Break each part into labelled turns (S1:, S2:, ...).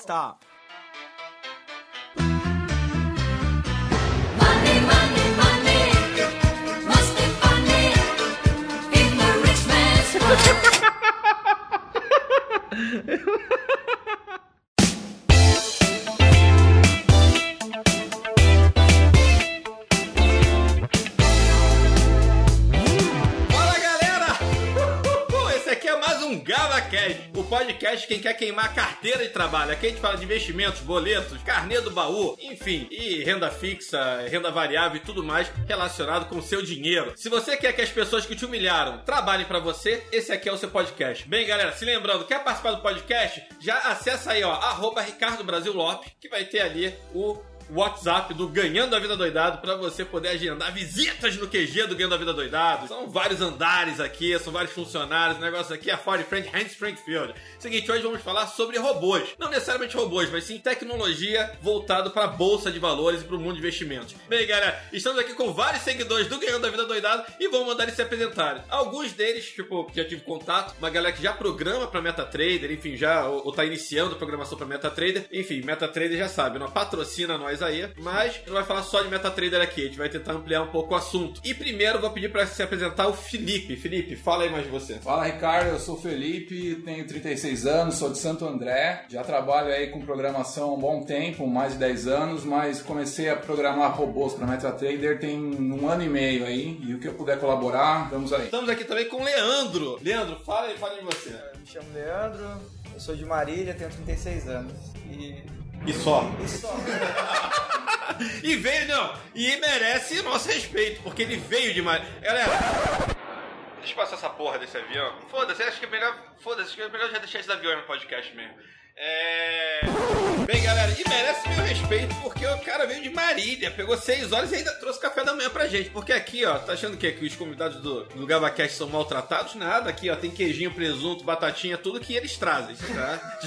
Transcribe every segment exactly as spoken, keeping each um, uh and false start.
S1: stop.
S2: Money, money, money, must be funny in the rich man's world.
S3: GavaCast, o podcast quem quer queimar carteira de trabalho. Aqui a gente fala de investimentos, boletos, carnê do baú, enfim, e renda fixa, renda variável e tudo mais relacionado com o seu dinheiro. Se você quer que as pessoas que te humilharam trabalhem pra você, esse aqui é o seu podcast. Bem, galera, se lembrando, quer participar do podcast? Já acessa aí, ó, arroba Ricardo Brasil Lopes, que vai ter ali o WhatsApp do Ganhando a Vida Doidado pra você poder agendar visitas no Q G do Ganhando a Vida Doidado. São vários andares aqui, são vários funcionários. O negócio aqui é a Ford Friend Hans Springfield. Seguinte, hoje vamos falar sobre robôs. Não necessariamente robôs, mas sim tecnologia voltado pra bolsa de valores e pro mundo de investimentos. Bem, galera, estamos aqui com vários seguidores do Ganhando a Vida Doidado e vamos mandar eles se apresentarem. Alguns deles, tipo, já tive contato, uma galera que já programa pra MetaTrader, enfim, já ou, ou tá iniciando a programação pra MetaTrader. Enfim, MetaTrader já sabe, não patrocina nós aí, mas não vai falar só de MetaTrader aqui, a gente vai tentar ampliar um pouco o assunto. E primeiro vou pedir para se apresentar o Felipe. Felipe, fala aí mais de você.
S4: Fala, Ricardo, eu sou o Felipe, tenho trinta e seis anos, sou de Santo André, já trabalho aí com programação há um bom tempo, mais de dez anos, mas comecei a programar robôs para MetaTrader tem um ano e meio aí, e o que eu puder colaborar, vamos aí.
S3: Estamos aqui também com o Leandro. Leandro, fala aí, fala de você.
S5: Eu me chamo Leandro, eu sou de Marília, tenho trinta e seis anos. E...
S3: E só.
S5: E só.
S3: E veio, não. E merece nosso respeito, porque ele veio de Marília. Galera, deixa eu passar essa porra desse avião. Foda-se, acho que é melhor. Foda-se, acho que é melhor já deixar esse avião no podcast mesmo. É... Bem, galera, e merece meu respeito porque o cara veio de Marília, pegou seis horas e ainda trouxe café da manhã pra gente. Porque aqui, ó, tá achando que, que os convidados do, do GavaCast são maltratados? Nada, aqui, ó, tem queijinho, presunto, batatinha, tudo que eles trazem, tá?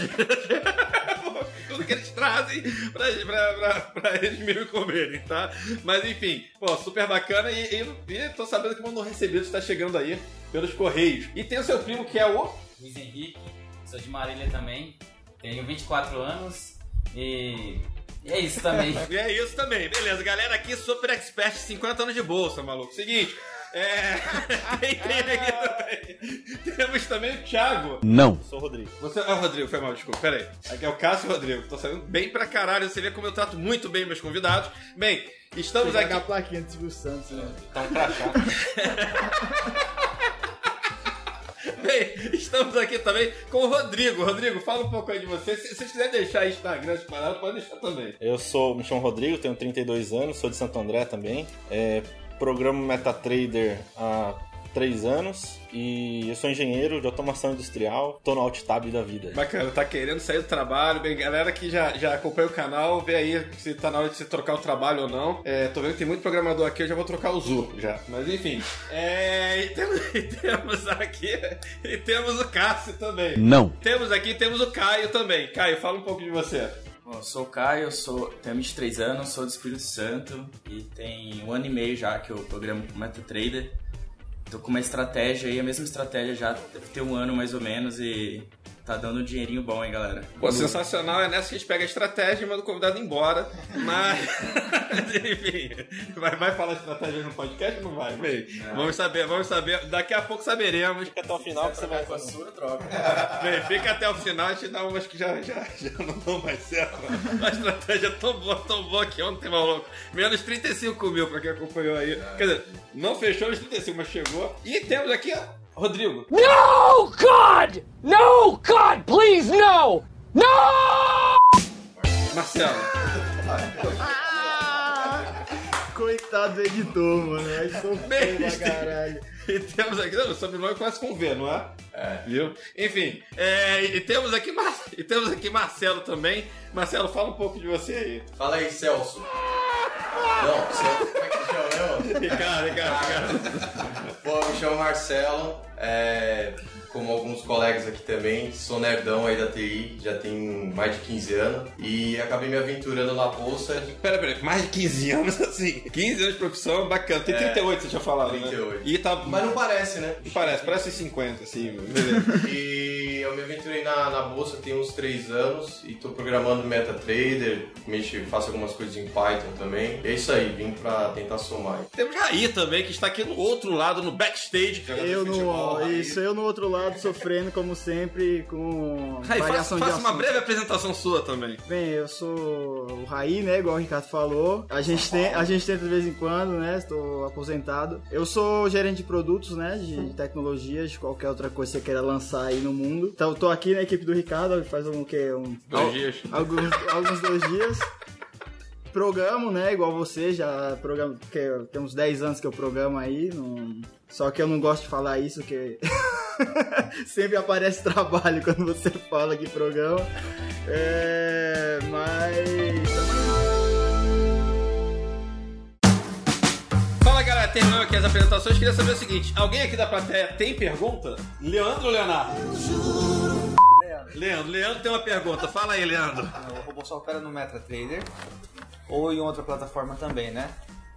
S3: Tudo que eles trazem pra, pra, pra, pra eles mesmo comerem, tá? Mas enfim, pô, super bacana e, e, e tô sabendo que o Mandou Recebido está chegando aí pelos Correios. E tem o seu primo que é o...
S6: Luiz Henrique, sou de Marília também. Tenho vinte e quatro anos e... e é isso também.
S3: E é isso também. Beleza, galera aqui, super expert, cinquenta anos de bolsa, maluco. Seguinte, é... tem, tem aqui também. Temos também o Thiago.
S7: Não.
S3: Sou o Rodrigo. Você é o Rodrigo, foi mal, desculpa. Pera aí. Aqui é o Cássio e o Rodrigo. Tô sabendo bem pra caralho. Você vê como eu trato muito bem meus convidados. Bem, estamos
S5: Você
S3: aqui...
S5: a plaquinha do Silvio Santos, né?
S3: Tá um crachá. Bem, estamos aqui também com o Rodrigo. Rodrigo, fala um pouco aí de você. Se vocês quiserem deixar Instagram disparado, pode deixar também.
S7: Eu sou, me chamo Rodrigo, tenho trinta e dois anos, sou de Santo André também. É, programo MetaTrader há três anos e eu sou engenheiro de automação industrial, tô no alt-tab da vida.
S3: Bacana, tá querendo sair do trabalho. Bem, galera que já, já acompanha o canal, vê aí se tá na hora de você trocar o trabalho ou não. É, tô vendo que tem muito programador aqui, eu já vou trocar o Zu já. Mas enfim, é, e, temos, e temos aqui, e temos o Cássio também.
S7: Não.
S3: Temos aqui, temos o Caio também. Caio, fala um pouco de você.
S6: Bom, eu sou o Caio, sou, tenho vinte e três anos, sou do Espírito Santo e tem um ano e meio já que eu programo com MetaTrader. Tô com uma estratégia aí, a mesma estratégia já deve ter um ano mais ou menos e tá dando um dinheirinho bom, hein, galera?
S3: Pô, sensacional, é nessa que a gente pega a estratégia e manda o convidado embora, mas... enfim, vai, vai falar de estratégia no podcast ou não vai? Bem, não. Vamos saber, vamos saber, daqui a pouco saberemos.
S7: Fica até o final que você vai...
S6: Com a sua troca.
S3: Bem, fica até o final, a gente dá umas que já, já, já não dão mais certo. A estratégia é tão boa, tão boa que ontem, maluco. Menos trinta e cinco mil pra quem acompanhou aí. Quer dizer, não fechou os trinta e cinco, mas chegou. E temos aqui, ó, Rodrigo.
S1: No, God! No, God, please, no! No!
S3: Marcelo.
S5: Coitado do editor, mano. Vai sofrer pra caralho.
S3: E temos aqui... Não, o sobrenome começa com V, não é? É. Viu? Enfim, é, e, temos aqui Mar... e temos aqui Marcelo também. Marcelo, fala um pouco de você aí.
S8: Fala aí, Celso. Não, Celso, como é que chama mesmo?
S3: Ricardo, Ricardo, Ricardo.
S8: Pô, eu me chamo Marcelo, é, como alguns colegas aqui também, sou nerdão aí da T I, já tenho mais de quinze anos e acabei me aventurando na bolsa.
S3: Pera, pera, mais de quinze anos assim? quinze anos de profissão, bacana. Tem trinta e oito, é, você tinha falado,
S8: trinta e oito.
S3: Né? E tá...
S8: Mas não parece, né?
S3: Não parece, parece cinquenta, assim, beleza.
S8: E E eu me aventurei na, na bolsa tem uns três anos e tô programando MetaTrader, mexo, faço algumas coisas em Python também. E é isso aí, vim pra tentar somar.
S3: Temos Raí também, que está aqui no outro lado, no backstage.
S5: Eu no,
S3: futebol,
S5: isso, eu no outro lado, sofrendo como sempre, com
S3: Raí, faça,
S5: variação de
S3: faça uma
S5: assunto.
S3: breve apresentação sua também.
S5: Bem, eu sou o Raí, né, igual o Ricardo falou. A gente, tem, a gente tenta de vez em quando, né, estou aposentado. Eu sou gerente de produtos, né, de tecnologias, de qualquer outra coisa que você queira lançar aí no mundo. Então eu tô aqui na equipe do Ricardo, faz um, que, um,
S3: Dois
S5: al-
S3: dias.
S5: Alguns, alguns dois dias. Programo, né, igual você, já programo, que tem uns dez anos que eu programo aí, não... só que eu não gosto de falar isso, que sempre aparece trabalho quando você fala que programa, é... mas...
S3: Fala galera, terminando aqui as apresentações, queria saber o seguinte, alguém aqui da plateia tem pergunta? Leandro ou Leonardo? Leandro, Leandro tem uma pergunta, fala aí, Leandro.
S9: O robô só opera no MetaTrader ou em outra plataforma também, né?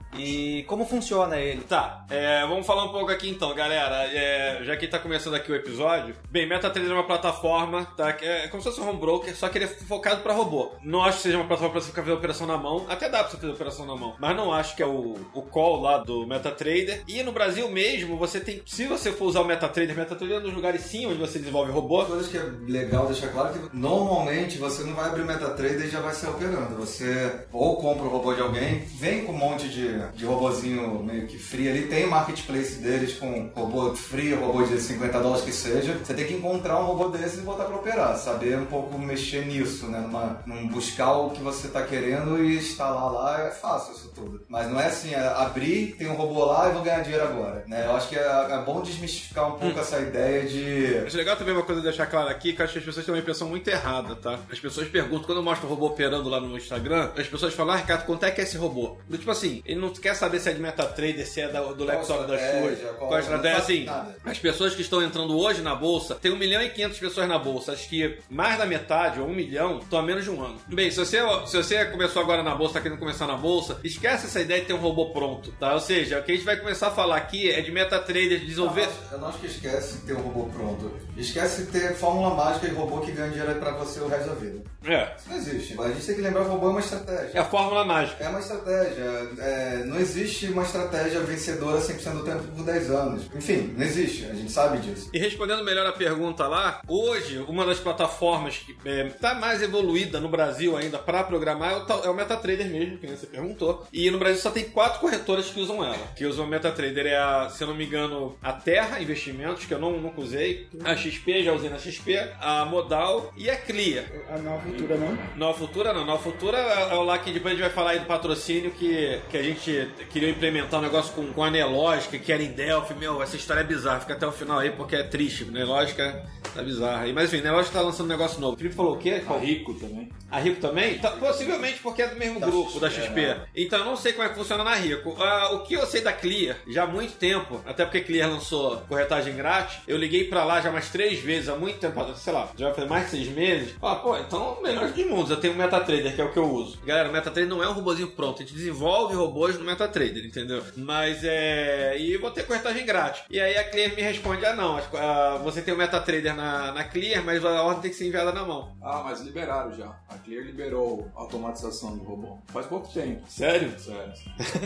S9: E como funciona ele?
S3: Tá, é, vamos falar um pouco aqui então, galera. É, já que tá começando aqui o episódio, bem, MetaTrader é uma plataforma, tá? Que é como se fosse um home broker, só que ele é focado pra robô. Não acho que seja uma plataforma pra você ficar fazendo operação na mão, até dá pra você fazer operação na mão, mas não acho que é o, o call lá do MetaTrader. E no Brasil mesmo, você tem, se você for usar o MetaTrader, MetaTrader é um dos lugares sim onde você desenvolve robô.
S10: Coisas que é legal deixar claro que normalmente você não vai abrir o MetaTrader e já vai sair operando. Você ou compra o robô de alguém, vem com um monte de de robozinho meio que free ali, tem o marketplace deles com robô free, robô de cinquenta dólares que seja. Você tem que encontrar um robô desses e botar pra operar, saber um pouco mexer nisso, né? Numa, num buscar o que você tá querendo e instalar lá, é fácil isso tudo. Mas não é assim, é abrir, tem um robô lá e vou ganhar dinheiro agora, né? Eu acho que é, é bom desmistificar um pouco hum. essa ideia de...
S3: Acho legal também uma coisa deixar claro aqui, que acho que as pessoas têm uma impressão muito errada, tá? As pessoas perguntam, quando eu mostro o robô operando lá no Instagram, as pessoas falam, ah, Ricardo, quanto é que é esse robô? Do tipo assim, ele não quer saber se é de MetaTrader, se é da, do laptop das suas. Qual a estratégia? Assim, nada. As pessoas que estão entrando hoje na bolsa, tem um milhão e quinhentas pessoas na bolsa. Acho que mais da metade, ou um milhão, estão há menos de um ano. Bem, se você, se você começou agora na bolsa, tá querendo começar na bolsa, esquece essa ideia de ter um robô pronto, tá? Ou seja, o que a gente vai começar a falar aqui é de MetaTrader, de desenvolver...
S10: Não, eu não acho que esquece de ter um robô pronto. Esquece de ter fórmula mágica e robô que ganha dinheiro pra você o resto da vida.
S3: É.
S10: Isso não existe. A gente tem que lembrar que o robô é uma estratégia.
S3: É a fórmula mágica.
S10: É uma estratégia. É, não existe uma estratégia vencedora cem por cento do tempo por dez anos. Enfim, não existe. A gente sabe disso.
S3: E respondendo melhor a pergunta lá, hoje, uma das plataformas que está é, mais evoluída no Brasil ainda para programar é o, é o MetaTrader mesmo, que você perguntou. E no Brasil só tem quatro corretoras que usam ela. Que usam o MetaTrader. É, a, se eu não me engano, a Terra Investimentos, que eu não, nunca usei. A X P, já usei na X P. A Modal e a Clear.
S5: A Nova Futura não?
S3: Nova Futura não. Nova Futura é o lá que depois a gente vai falar aí do patrocínio que, que a gente queria implementar um negócio com, com a Nelógica, que era em Delphi. Meu, essa história é bizarra. Fica até o final aí porque é triste. Nelógica tá bizarra. Mas enfim, Nelógica tá lançando um negócio novo. O Felipe falou o quê?
S4: A Rico também.
S3: A Rico também? Tá, possivelmente porque é do mesmo da grupo, X P, da X P. Né? Então eu não sei como é que funciona na Rico. Uh, o que eu sei da Clear, já há muito tempo, até porque a Clear lançou corretagem grátis, eu liguei pra lá já umas três vezes, há muito tempo, sei lá, já vai fazer mais de seis meses. Ah, pô, então melhor dos mundos. Eu tenho o MetaTrader, que é o que eu uso. Galera, o MetaTrader não é um robozinho pronto. A gente desenvolve robôs no MetaTrader, entendeu? Mas é... E vou ter corretagem grátis. E aí a Clear me responde, ah não, uh, você tem o MetaTrader na, na Clear, mas a ordem tem que ser enviada na mão.
S4: Ah, mas liberaram já. A Clear liberou a automatização do robô. Faz pouco tempo.
S3: Sério?
S4: Sério.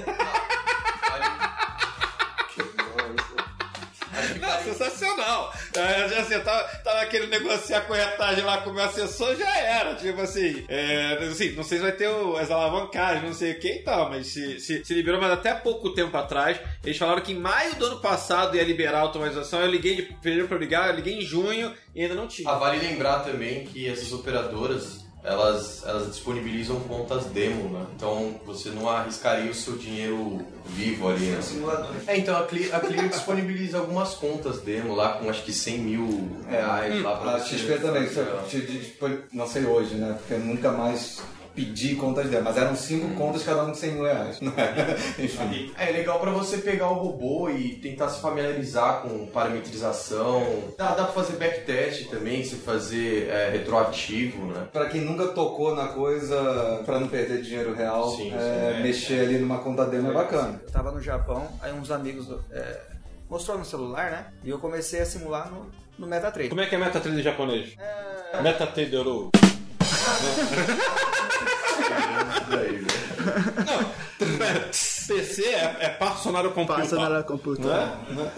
S3: Não, sensacional. É, já assim, tava, tava querendo negociar a corretagem lá com o meu assessor, já era. Tipo assim, é, assim, não sei se vai ter o, as alavancagens, não sei o que e tal, mas se, se, se liberou, mas até pouco tempo atrás, eles falaram que em maio do ano passado ia liberar a automatização. Eu liguei, pediram pra eu ligar, eu liguei em junho e ainda não tinha.
S8: Ah, vale lembrar também que essas operadoras, elas, elas disponibilizam contas demo, né? Então você não arriscaria o seu dinheiro vivo ali, né?
S9: Simulador.
S8: É, então a Clear, a Clear disponibiliza algumas contas demo lá com acho que cem mil reais
S10: hum,
S8: lá pra
S10: a X P também, não sei hoje, né? Porque eu nunca mais pedi contas dela, mas eram cinco hum. contas, cada um de cem mil reais. Enfim.
S8: É legal pra você pegar o robô e tentar se familiarizar com parametrização. Dá, dá pra fazer backtest também, se fazer é, retroativo, né?
S10: Pra quem nunca tocou na coisa, pra não perder dinheiro real,
S8: sim,
S10: é,
S8: sim, é,
S10: mexer é. ali numa conta demo é bacana.
S9: Eu tava no Japão, aí uns amigos é, mostrou no celular, né? E eu comecei a simular no no MetaTrader.
S3: Como é que é MetaTrader em japonês?
S9: É...
S3: MetaTrader. Não, P C é, é Personal Computer.
S5: Personal Computer.
S3: Né?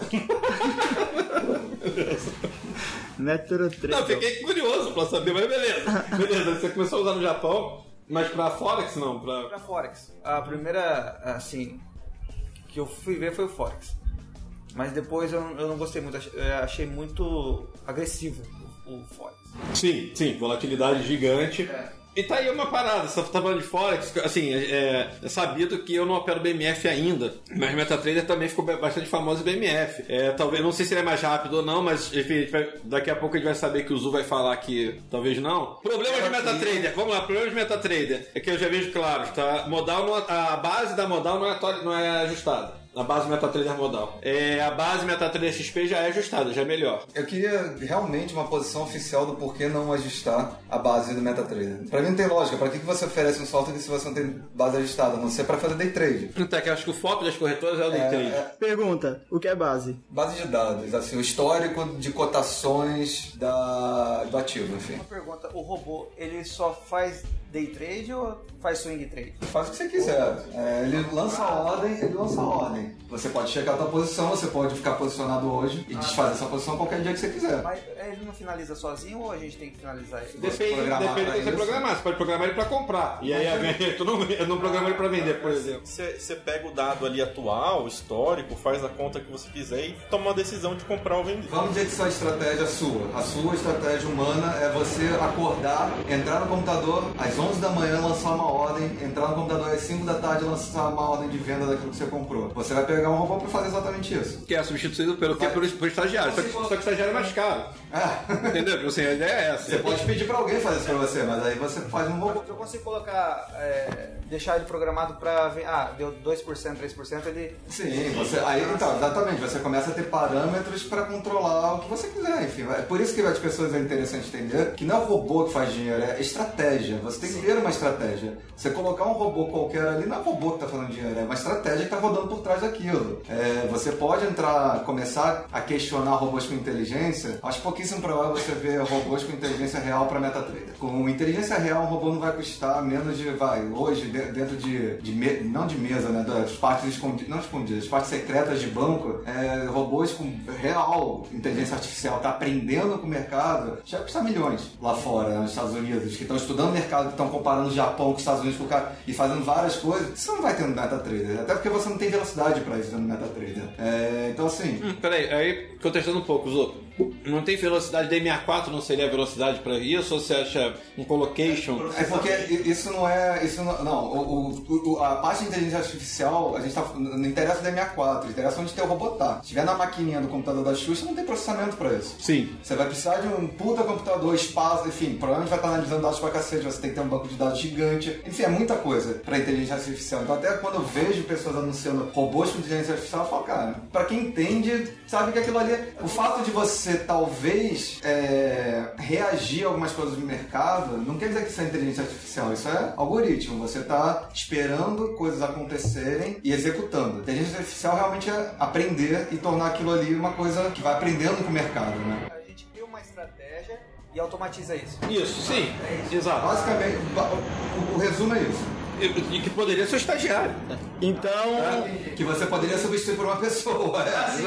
S5: MetaTrader.
S3: Não, fiquei curioso pra saber, mas beleza. Beleza, você começou a usar no Japão, mas pra Forex não? Pra,
S9: pra Forex. A primeira, assim, que eu fui ver foi o Forex. Mas depois eu, eu não gostei muito, eu achei muito agressivo o, o Forex.
S3: Sim, sim, volatilidade gigante. É. E tá aí uma parada, você tá falando de Forex, assim, é, é sabido que eu não opero B M F ainda, mas MetaTrader também ficou bastante famoso em B M F. É, talvez, não sei se ele é mais rápido ou não, mas enfim, vai, daqui a pouco a gente vai saber que o Zu vai falar que talvez não. Problema de MetaTrader, vamos lá, problema de MetaTrader, é que eu já vejo claro, tá? Modal não, a base da modal não é, não é ajustada. A base MetaTrader modal. É, a base MetaTrader X P já é ajustada, já é melhor.
S10: Eu queria realmente uma posição oficial do porquê não ajustar a base do MetaTrader. Pra mim não tem lógica. Pra que você oferece um software se você não tem base ajustada? A não ser pra fazer day trade.
S3: Então é que eu acho que o foco das corretoras é o day
S10: É,
S3: trade.
S10: é...
S5: Pergunta, o que é base?
S10: Base de dados, assim, o histórico de cotações da... do ativo, enfim.
S9: Uma pergunta, o robô, ele só faz day trade ou faz swing trade?
S10: Faz o que você quiser. É, ele lança a ordem, ele lança a ordem. Você pode checar a tua posição, você pode ficar posicionado hoje e desfazer essa posição qualquer dia que você quiser.
S9: Mas ele não finaliza sozinho ou a gente tem que finalizar ele?
S3: Depende, depende de você programar. Você pode programar ele pra comprar. E aí tu não, eu não programa ele pra vender, por exemplo.
S7: Você, você pega o dado ali atual, histórico, faz a conta que você quiser e toma uma decisão de comprar ou vender.
S10: Vamos dizer que isso é a estratégia sua. A sua estratégia humana é você acordar, entrar no computador às onze da manhã, lançar uma ordem, entrar no computador às cinco da tarde e lançar uma ordem de venda daquilo que você comprou. Você vai pegar um robô pra fazer exatamente isso.
S3: Que é substituído pelo que? Por, por estagiário. Só que, só que o estagiário é mais caro.
S10: É.
S3: Entendeu? Assim, a ideia é essa.
S10: Você pode pedir pra alguém fazer isso pra você, mas aí você faz um robô.
S9: Eu consigo colocar, é, deixar ele programado pra ver, ah, deu dois por cento, três por cento, ele...
S10: Sim, você, aí então, exatamente, você começa a ter parâmetros pra controlar o que você quiser, enfim. É por isso que as pessoas é interessante entender que não é o robô que faz dinheiro, é estratégia. Você tem que ter uma estratégia. Você colocar um robô qualquer ali, não é o robô que tá fazendo dinheiro, é uma estratégia que tá rodando por trás daquilo. É, você pode entrar, começar a questionar robôs com inteligência. Acho pouquíssimo provável você ver robôs com inteligência real para MetaTrader. Com inteligência real, um robô não vai custar menos de, vai, hoje, dentro de, de me, não de mesa, né, das partes escondidas, não escondidas, as partes secretas de banco, é, robôs com real inteligência artificial, tá aprendendo com o mercado, já vai custar milhões lá fora, né, nos Estados Unidos, que estão estudando o mercado, que estão comparando o Japão com os Estados Unidos com o cara, e fazendo várias coisas. Isso não vai ter no MetaTrader, até porque você não tem velocidade para isso no MetaTrader. É, então assim...
S3: Hum, peraí, aí contestando um pouco, Zô. Não tem velocidade D M A quatro, não seria a velocidade para isso? Ou você acha um collocation?
S10: É porque isso não é... Isso não, não o, o, a parte de inteligência artificial, a gente tá, não interessa o D M A quatro, interessa onde teu robô tá. Se tiver na maquininha do computador da Xuxa, não tem processamento para isso.
S3: Sim.
S10: Você vai precisar de um puta computador, espaço, enfim, provavelmente vai estar analisando dados pra cacete, você tem que ter um banco de dados gigante. Enfim, é muita coisa pra inteligência artificial. Então até quando eu vejo pessoas anunciando robôs com inteligência artificial, eu falo, cara, pra quem entende, sabe que aquilo ali... O fato de você talvez é, reagir a algumas coisas do mercado, não quer dizer que isso é inteligência artificial, isso é algoritmo. Você tá esperando coisas acontecerem e executando. Inteligência artificial realmente é aprender e tornar aquilo ali uma coisa que vai aprendendo com o mercado, né?
S9: A gente cria uma estratégia e automatiza isso.
S3: Isso, sim. É isso. Exato.
S10: Basicamente, o, o resumo é isso.
S3: E que poderia ser o estagiário.
S5: Então...
S10: É, que você poderia substituir por uma pessoa.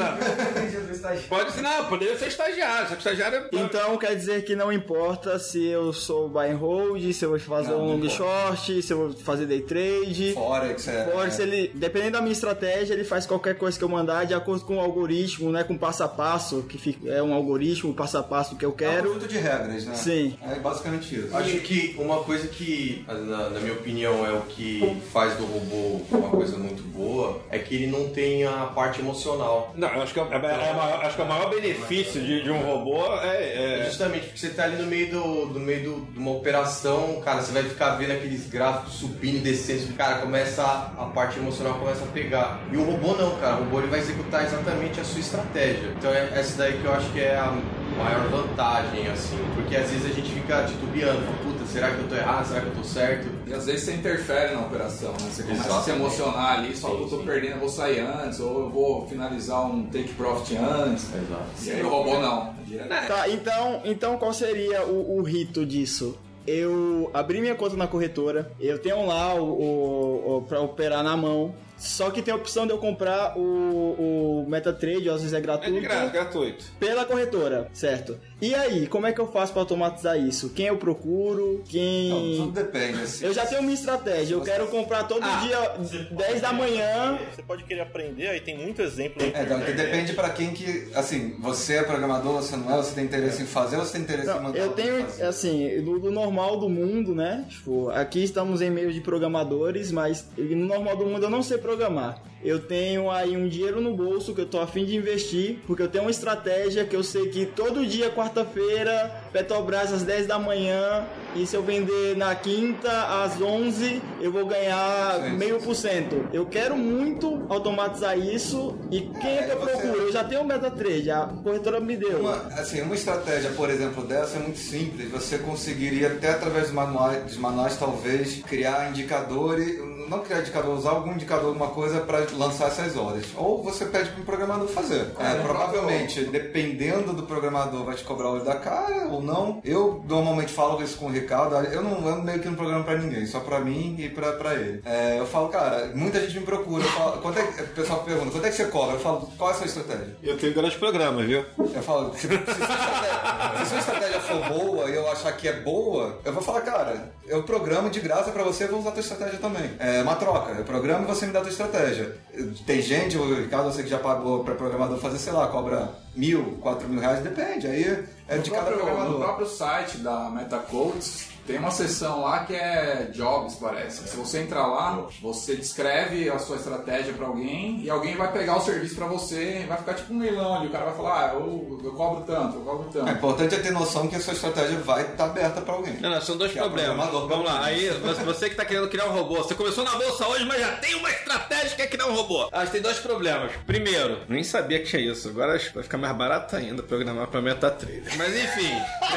S10: É.
S3: Pode ser, não, poderia ser estagiário. Só que estagiário...
S5: Então quer dizer que não importa se eu sou buy and hold, se eu vou fazer não, um long short, se eu vou fazer day trade.
S10: Forex, é.
S5: Forex, ele, dependendo da minha estratégia, ele faz qualquer coisa que eu mandar de acordo com o algoritmo, né? Com passo a passo, que fica, é um algoritmo, passo a passo que eu quero. É um
S10: conjunto de regras, né?
S5: Sim.
S10: É basicamente isso.
S8: Acho que uma coisa que, na, na minha opinião, é o que faz do robô uma coisa muito boa é que ele não tem a parte emocional.
S3: Não, eu acho que, é, é, é, maior, acho que o maior benefício de, de um robô é,
S8: é... Justamente, porque você tá ali no meio, do, no meio do, de uma operação, cara, você vai ficar vendo aqueles gráficos subindo e descendo, cara, começa a, a parte emocional começa a pegar. E o robô não, cara, o robô ele vai executar exatamente a sua estratégia. Então é essa daí que eu acho que é a maior vantagem, assim, porque às vezes a gente fica titubeando, fala, puta, será que eu tô errado, será que eu tô certo?
S4: E às vezes você interfere na operação, né? Você começa
S8: Exatamente.
S4: a se emocionar ali, só
S8: Sim,
S4: que eu tô
S8: sim.
S4: perdendo, eu vou sair antes, ou eu vou finalizar um take profit antes.
S8: Exato.
S4: E aí o robô não. Direto.
S5: Tá, então, então qual seria o, o rito disso? Eu abri minha conta na corretora, eu tenho lá o, o, o pra operar na mão, só que tem a opção de eu comprar o, o MetaTrader, às vezes é
S3: É
S5: gratuito,
S3: de graça, gratuito.
S5: pela corretora, certo? E aí, como é que eu faço pra automatizar isso? Quem eu procuro?
S10: Não,
S5: Quem...
S10: tudo depende. Assim.
S5: Eu já tenho minha estratégia, eu quero comprar todo dia dez da manhã.
S7: Você pode querer aprender, aí tem muito exemplo aí.
S10: É, então, que depende pra quem que, assim, você é programador, você não é, você tem interesse em fazer ou você tem interesse em
S5: Não,
S10: mandar
S5: eu
S10: alguém
S5: tenho,
S10: fazer?
S5: assim, do, do normal do mundo, né? Tipo, aqui estamos em meio de programadores, mas no normal do mundo eu não sei programar. Eu tenho aí um dinheiro no bolso que eu tô a fim de investir, porque eu tenho uma estratégia que eu sei que todo dia, quarta-feira, Petrobras às dez da manhã, e se eu vender na quinta às onze, eu vou ganhar
S10: Sim,
S5: meio por cento. Eu quero muito automatizar isso, e quem é que eu
S10: você-
S5: procuro? Eu já tenho o MetaTrader, a corretora me deu.
S10: Uma, assim, uma estratégia, por exemplo, dessa é muito simples. Você conseguiria, até através dos manuais, dos manuais talvez, criar indicadores, não criar indicador, usar algum indicador, alguma coisa para lançar essas horas. Ou você pede para o programador fazer. É, provavelmente, dependendo do programador, vai te cobrar o olho da cara ou não. Eu normalmente falo isso com o Ricardo. Eu não eu meio que não programo para ninguém, só para mim e para ele. É, eu falo, cara, muita gente me procura. Eu falo, quanto é que, o pessoal pergunta, quanto é que você cobra? Eu falo, qual é a sua estratégia?
S3: Eu tenho grandes programas, viu?
S10: Eu falo, se, se, sua estratégia, se sua estratégia for boa e eu achar que é boa, eu vou falar, cara, eu programo de graça pra você, eu vou usar a tua estratégia também. É uma troca, eu programo e você me dá a tua estratégia. Tem gente, o Ricardo, você que já pagou pra programador fazer, sei lá, cobra mil, quatro mil reais, depende, aí é de
S4: no,
S10: cada
S4: próprio, no
S10: programador.
S4: próprio site da MetaCodes tem uma seção lá que é Jobs, parece. Se você entrar lá, você descreve a sua estratégia pra alguém e alguém vai pegar o serviço pra você e vai ficar tipo um leilão ali. O cara vai falar, ah, eu, eu cobro tanto, eu cobro tanto.
S10: É importante é ter noção que a sua estratégia vai estar aberta pra alguém.
S3: Não, não, são dois
S10: Que é
S3: problemas.
S10: programador.
S3: Vamos lá, aí você- você que tá querendo criar um robô, você começou na bolsa hoje, mas já tem uma estratégia que quer criar um robô. Acho que tem dois problemas. Primeiro, nem sabia que tinha isso. Agora acho que vai ficar mais barato ainda programar pra MetaTrader. Mas enfim,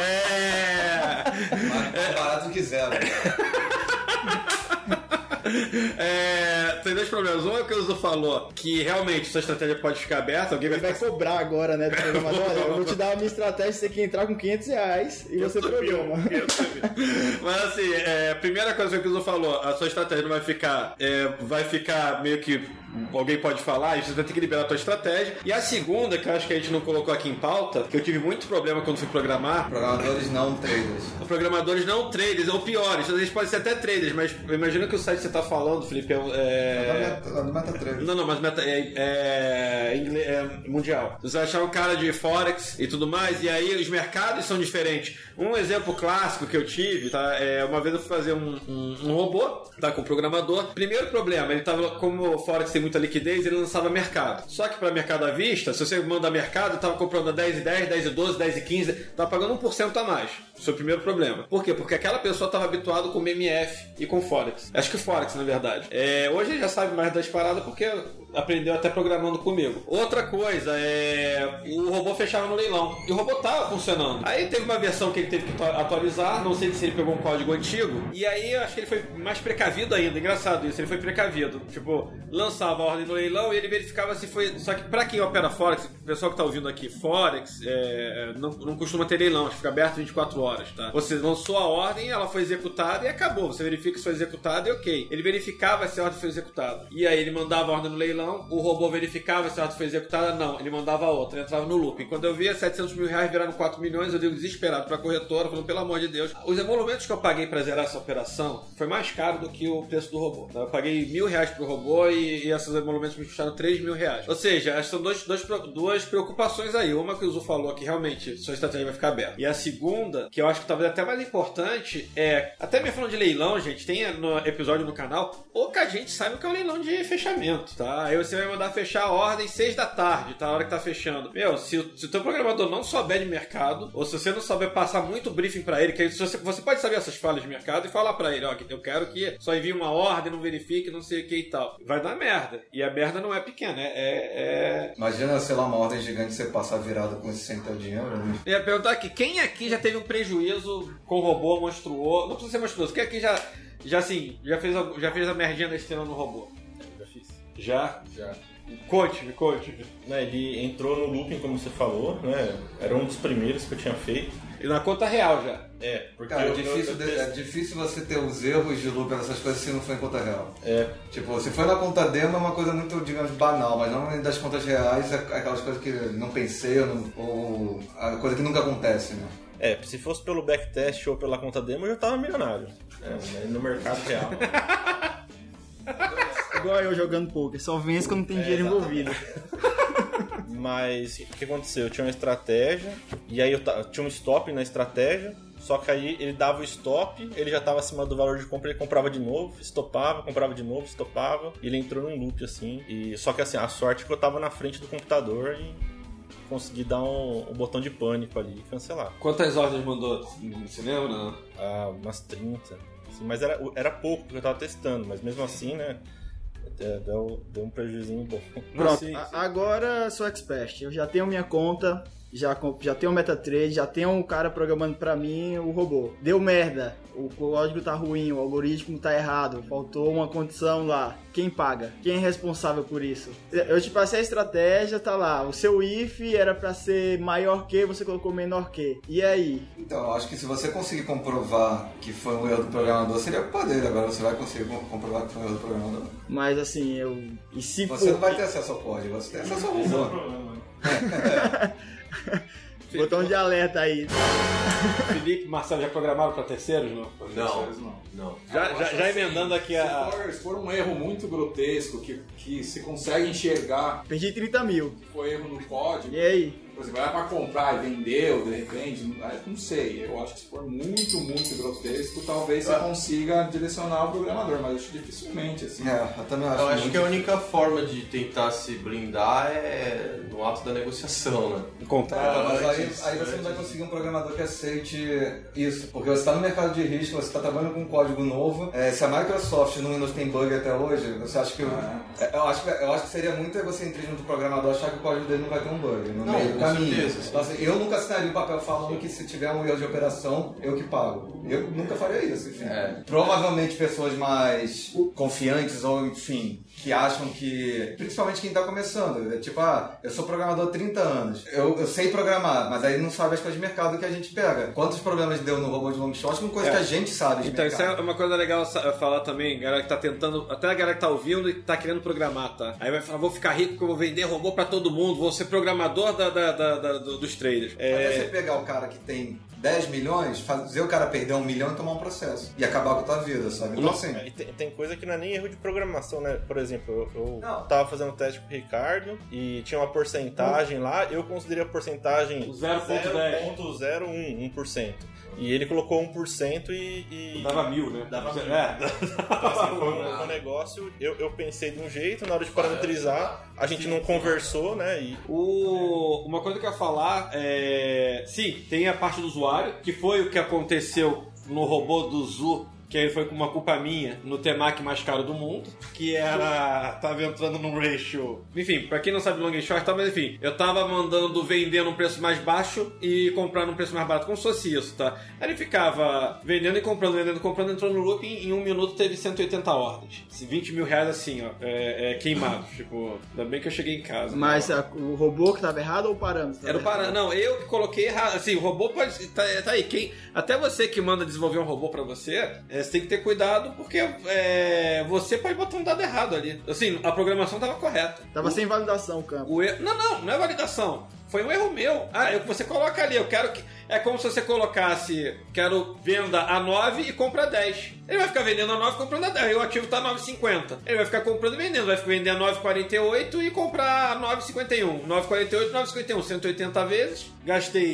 S3: é.
S10: Mais barato que zero.
S3: É, tem dois problemas. Um é o que o Uso falou, que realmente sua estratégia pode ficar aberta, alguém vai
S5: Ele vai
S3: ficar...
S5: cobrar agora, né, do programador. Olha, eu vou te dar a minha estratégia, você tem que entrar com quinhentos reais e você programa.
S3: Mas assim, é, a primeira coisa que o Uso falou, a sua estratégia não vai ficar, é, vai ficar meio que alguém pode falar, e você vai ter que liberar a tua estratégia. E a segunda, que eu acho que a gente não colocou aqui em pauta, que eu tive muito problema quando fui programar,
S10: Programadores não traders.
S3: os programadores não traders, ou piores, às vezes pode ser até traders, mas eu imagino que o site que você tá falando, Felipe, é... é...
S10: Lá do MetaTrader.
S3: Não, não, mas meta, é, é, ingle- é mundial. Você vai achar um cara de Forex e tudo mais, e aí os mercados são diferentes. Um exemplo clássico que eu tive, tá? É, uma vez eu fui fazer um, um, um robô, tá? Com o programador. Primeiro problema, ele tava, como o Forex tem muita liquidez, ele lançava mercado. Só que para mercado à vista, se você manda mercado, eu tava comprando a dez e dez, dez e doze, dez e quinze, tava pagando um por cento a mais. Esse é o primeiro problema. Por quê? Porque aquela pessoa tava habituada com M F e com Forex. Acho que Forex, na verdade. É, hoje ele já sabe mais das paradas porque aprendeu até programando comigo. Outra coisa é... o robô fechava no leilão. E o robô tava funcionando. Aí teve uma versão que ele teve que atualizar. Não sei se ele pegou um código antigo. E aí eu acho que ele foi mais precavido ainda. Engraçado isso. Ele foi precavido. Tipo, lançava a ordem no leilão e ele verificava se foi... Só que pra quem opera Forex, o pessoal que tá ouvindo aqui, Forex é... não, não costuma ter leilão. Acho que fica aberto vinte e quatro horas, tá? Você lançou a ordem, ela foi executada e acabou. Você verifica se foi executada e ok. Ele verificava se a ordem foi executada. E aí ele mandava a ordem no leilão, o robô verificava se a ordem foi executada, não. Ele mandava a outra, entrava no looping. Quando eu via setecentos mil reais viraram quatro milhões, eu dei um desesperado pra corretora, falando, pelo amor de Deus. Os emolumentos que eu paguei pra zerar essa operação foi mais caro do que o preço do robô. Tá? Eu paguei mil reais pro robô e, e esses emolumentos me custaram três mil reais. Ou seja, acho que são dois, dois, duas preocupações aí. Uma que o Zu falou, que realmente sua estratégia vai ficar aberta. E a segunda, que eu acho que talvez até mais importante, é... Até me falando de leilão, gente, tem no episódio no canal, pouca gente sabe o que é um leilão de fechamento, tá? Aí você vai mandar fechar a ordem seis da tarde, tá? A hora que tá fechando. Meu, se o, se o teu programador não souber de mercado, ou se você não souber passar muito briefing pra ele, que aí você, você pode saber essas falhas de mercado e falar pra ele, ó, que eu quero que só envie uma ordem, não verifique, não sei o que e tal. Vai dar merda. E a merda não é pequena, é... é...
S10: Imagina, sei lá, uma ordem gigante você passar virado com esse sem teu dinheiro. Né?
S3: Eu ia perguntar aqui, quem aqui já teve um prejuízo com robô monstruoso? Não precisa ser monstruoso, quem aqui já, já assim, já fez, a, já fez a merdinha da estrela no robô?
S7: Já fiz.
S3: Já?
S7: Já.
S3: Conte, me conte.
S7: Né, ele entrou no looping, como você falou, né? Era um dos primeiros que eu tinha feito.
S3: E na conta real já.
S7: É, porque
S10: Cara,
S7: eu,
S10: é, difícil
S7: eu,
S10: de-
S7: eu,
S10: é difícil você ter os erros de loop, essas coisas, se não for em conta real.
S7: É.
S10: Tipo, se for na conta demo é uma coisa muito, digamos, banal, mas não das contas reais, é aquelas coisas que não pensei ou, não, ou a coisa que nunca acontece, né?
S7: É, se fosse pelo backtest ou pela conta demo, eu já tava milionário. É, no mercado real.
S5: Igual eu jogando poker, só venço quando tem dinheiro envolvido.
S7: Mas o que aconteceu? Eu tinha uma estratégia, e aí eu ta- tinha um stop na estratégia, só que aí ele dava o stop, ele já estava acima do valor de compra, ele comprava de novo, estopava, comprava de novo, estopava, e ele entrou num loop assim. E, só que assim, a sorte é que eu tava na frente do computador e consegui dar um, um botão de pânico ali e cancelar.
S3: Quantas ordens mandou? Você lembra? Não.
S7: Ah, umas trinta. Assim, mas era, era pouco porque eu tava testando, mas mesmo assim, né? é, Deu, deu um prejuízinho bom.
S5: Pronto,
S3: Sim, sim.
S5: a- agora sou expert. Eu já tenho minha conta, já, comp- já tenho o MetaTrader, já tenho um cara programando pra mim o robô. Deu merda, o código tá ruim, o algoritmo tá errado, faltou uma condição lá. Quem paga? Quem é responsável por isso? Eu te passei a estratégia, tá lá. O seu if era pra ser maior que, você colocou menor que. E aí?
S10: Então, eu acho que se você conseguir comprovar que foi um erro do programador, seria culpa dele. Agora você vai conseguir comprovar que foi um erro do programador.
S5: Mas assim, eu... E se
S10: Você
S5: for-
S10: não vai ter acesso ao código, você tem acesso ao robô.
S5: Botão de alerta aí.
S3: Felipe e Marcelo já programaram para terceiros, não?
S8: Não,
S4: não.
S8: não.
S3: Já, já, já
S4: Assim,
S3: emendando aqui a...
S4: Se for, se for um erro muito grotesco, que, que se consegue enxergar
S5: Perdi trinta mil.
S4: que foi erro no código,
S5: E aí?
S4: por exemplo, vai para comprar e vendeu, de repente, não sei. Eu acho que se for muito, muito grotesco, talvez você consiga direcionar o programador, mas acho dificilmente, assim.
S10: É, eu também acho.
S8: Eu acho
S10: muito
S8: que a única forma de tentar se blindar é no ato da negociação, né?
S3: Contrato.
S10: É, mas aí,
S8: antes,
S10: aí você não vai
S8: antes.
S10: conseguir um programador que aceite isso, porque você está no mercado de risco, você está trabalhando com um código novo. É, se a Microsoft no Windows tem bug até hoje, você acha que
S4: Ah,
S10: é, eu acho que eu acho que seria muito egocentrismo do programador achar que o código dele não vai ter um bug no
S8: Não,
S10: meio do
S8: com
S10: caminho.
S8: certeza.
S10: Então, assim, eu nunca assinaria um papel falando que se tiver um erro de operação, eu que pago. Eu nunca faria isso, enfim.
S8: É.
S10: Provavelmente pessoas mais confiantes ou, enfim, que acham que... Principalmente quem tá começando. É tipo, ah, eu sou programador há trinta anos. Eu, eu sei programar, mas aí não sabe as coisas de mercado que a gente pega. Quantos problemas deu no robô de long shot com coisa
S3: É.
S10: que a gente sabe de
S3: Então, isso
S10: mercado.
S3: é uma coisa legal sa- falar também, galera que tá tentando, até a galera que tá ouvindo e tá querendo programar, tá? Aí vai falar, vou ficar rico porque eu vou vender robô pra todo mundo, vou ser programador da, da- da- da- do- dos traders.
S10: Mas
S3: É,
S10: você pegar o cara que tem dez milhões, fazer o cara perder um milhão e tomar um processo. E acabar com a tua vida, sabe? Então, assim...
S7: E tem, tem coisa que não é nem erro de programação, né? Por exemplo, eu, eu
S10: Não.
S7: tava fazendo teste com o Ricardo e tinha uma porcentagem lá, eu considerei a porcentagem
S3: O zero vírgula dez.
S7: zero vírgula zero um, um por cento. E ele colocou um por cento e... e...
S3: dava mil, né?
S7: Dava mil.
S3: É.
S7: Então, assim, foi um, um negócio, eu, eu pensei de um jeito, na hora de parametrizar, a gente não conversou, né? E
S3: O- uma coisa que eu ia falar é... Sim, tem a parte do usuário, que foi o que aconteceu no robô do Zu, que aí foi com uma culpa minha, no Temac mais caro do mundo, que era... Tava entrando num ratio... Enfim, pra quem não sabe long and short, tá, mas enfim, eu tava mandando vender num preço mais baixo e comprar num preço mais barato, como se fosse isso, tá? Aí ele ficava vendendo e comprando, vendendo e comprando, entrou no loop e em um minuto teve cento e oitenta ordens. vinte mil reais assim, ó, é, é, queimados. Tipo, ainda bem que eu cheguei em casa.
S5: Mas a- o robô que tava errado ou o parâmetro?
S3: Era o parâmetro. Não, eu que coloquei errado. Assim, o robô pode. Tá, tá aí. Quem, até você que manda desenvolver um robô pra você, é, você tem que ter cuidado, porque é, você pode botar um dado errado ali. Assim, a programação tava correta.
S5: Tava
S3: o,
S5: sem validação o campo.
S3: o erro, não, não, não é validação. Foi um erro meu. Ah, eu, você coloca ali, eu quero que. É como se você colocasse, quero venda a nove e compra a dez. Ele vai ficar vendendo a nove e comprando a dez. Aí o ativo tá nove e cinquenta. Ele vai ficar comprando e vendendo. Vai ficar vendendo a nove e quarenta e oito e comprar a nove e cinquenta e um. nove e quarenta e oito, nove e cinquenta e um. cento e oitenta vezes. Gastei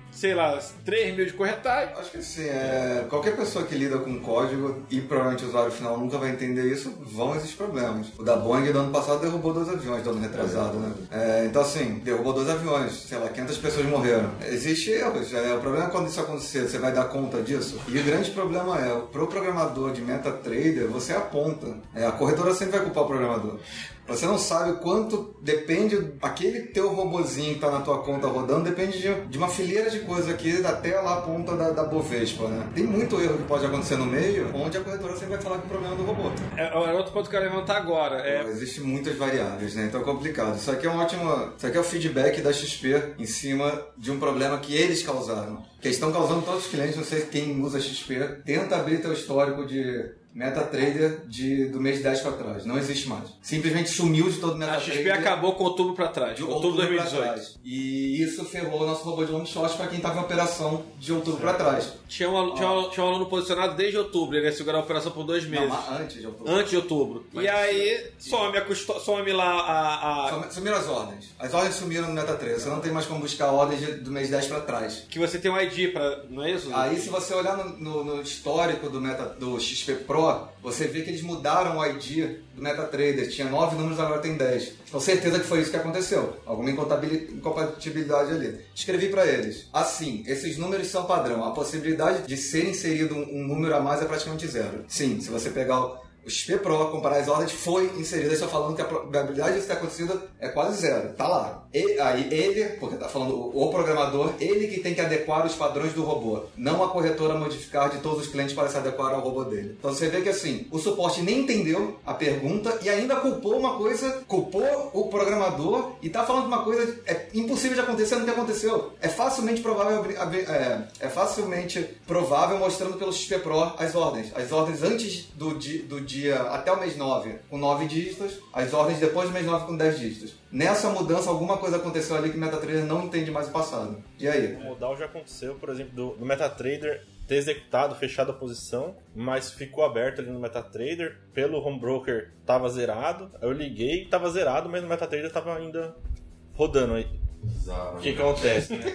S3: sei lá, três mil de corretagem.
S10: Acho que assim, é, qualquer pessoa que lida com código e provavelmente o usuário final nunca vai entender isso, vão existir problemas. O da Boeing do ano passado derrubou dois aviões do ano retrasado, né? É, então assim, derrubou dois aviões, sei lá, quinhentas pessoas morreram. Existe erros, é, o problema é quando isso acontecer, você vai dar conta disso? E o grande problema é, pro programador de MetaTrader, você aponta. É, a corretora sempre vai culpar o programador. Você não sabe quanto depende, aquele teu robozinho que tá na tua conta rodando, depende de, de uma fileira de coisas aqui até lá a ponta da, da Bovespa, né? Tem muito erro que pode acontecer no meio, onde a corretora sempre vai falar que o problema é do robô.
S3: É, é outro ponto que eu quero levantar agora. É...
S10: Existem muitas variáveis, né? Então é complicado. Isso aqui é um ótimo... Isso aqui é o feedback da X P em cima de um problema que eles causaram. Que eles estão causando todos os clientes, não sei quem usa X P, tenta abrir teu histórico de... MetaTrader de, do mês dez para trás. Não existe mais. Simplesmente sumiu de todo o MetaTrader.
S3: A X P acabou com outubro para trás. De outubro de dois mil e dezoito.
S10: E isso ferrou o nosso robô de long shot para quem estava em operação de outubro para trás.
S3: Tinha um, aluno, tinha, um, tinha um aluno posicionado desde outubro. Ele ia segurar a operação por dois meses.
S10: Não, antes de outubro.
S3: Antes de outubro. Mas, e aí some, a custo, some lá a... a...
S10: Sumiram as ordens. As ordens sumiram no MetaTrader. Você não tem mais como buscar ordens de, do mês dez para trás.
S3: Que você tem um I D para... Não é isso?
S10: Aí se você olhar no, no, no histórico do, Meta, do X P Pro, você vê que eles mudaram o I D do MetaTrader. Tinha nove números, agora tem dez. Com certeza que foi isso que aconteceu. Alguma incompatibilidade ali. Escrevi para eles. Assim, esses números são padrão. A possibilidade de ser inserido um, um número a mais é praticamente zero. Sim, se você pegar o o X P Pro, comparar as ordens, foi inserida. Estou falando que a probabilidade disso ter acontecido é quase zero. Tá lá. E, aí ele, porque tá falando o, o programador, ele que tem que adequar os padrões do robô. Não a corretora modificar de todos os clientes para se adequar ao robô dele. Então você vê que assim, o suporte nem entendeu a pergunta e ainda culpou uma coisa, culpou o programador e tá falando uma coisa é impossível de acontecer, não que aconteceu. É facilmente provável, é, é facilmente provável mostrando pelo X P Pro as ordens. As ordens antes do, do dia até o mês nove com nove dígitos, as ordens depois do mês nove com dez dígitos. Nessa mudança, alguma coisa aconteceu ali que o MetaTrader não entende mais o passado. E aí?
S7: O modal já aconteceu, por exemplo, do, do MetaTrader ter executado, fechado a posição, mas ficou aberto ali no MetaTrader, pelo home broker tava zerado, eu liguei, tava zerado, mas no MetaTrader tava ainda rodando aí.
S8: Bizarro.
S7: O que que acontece, né?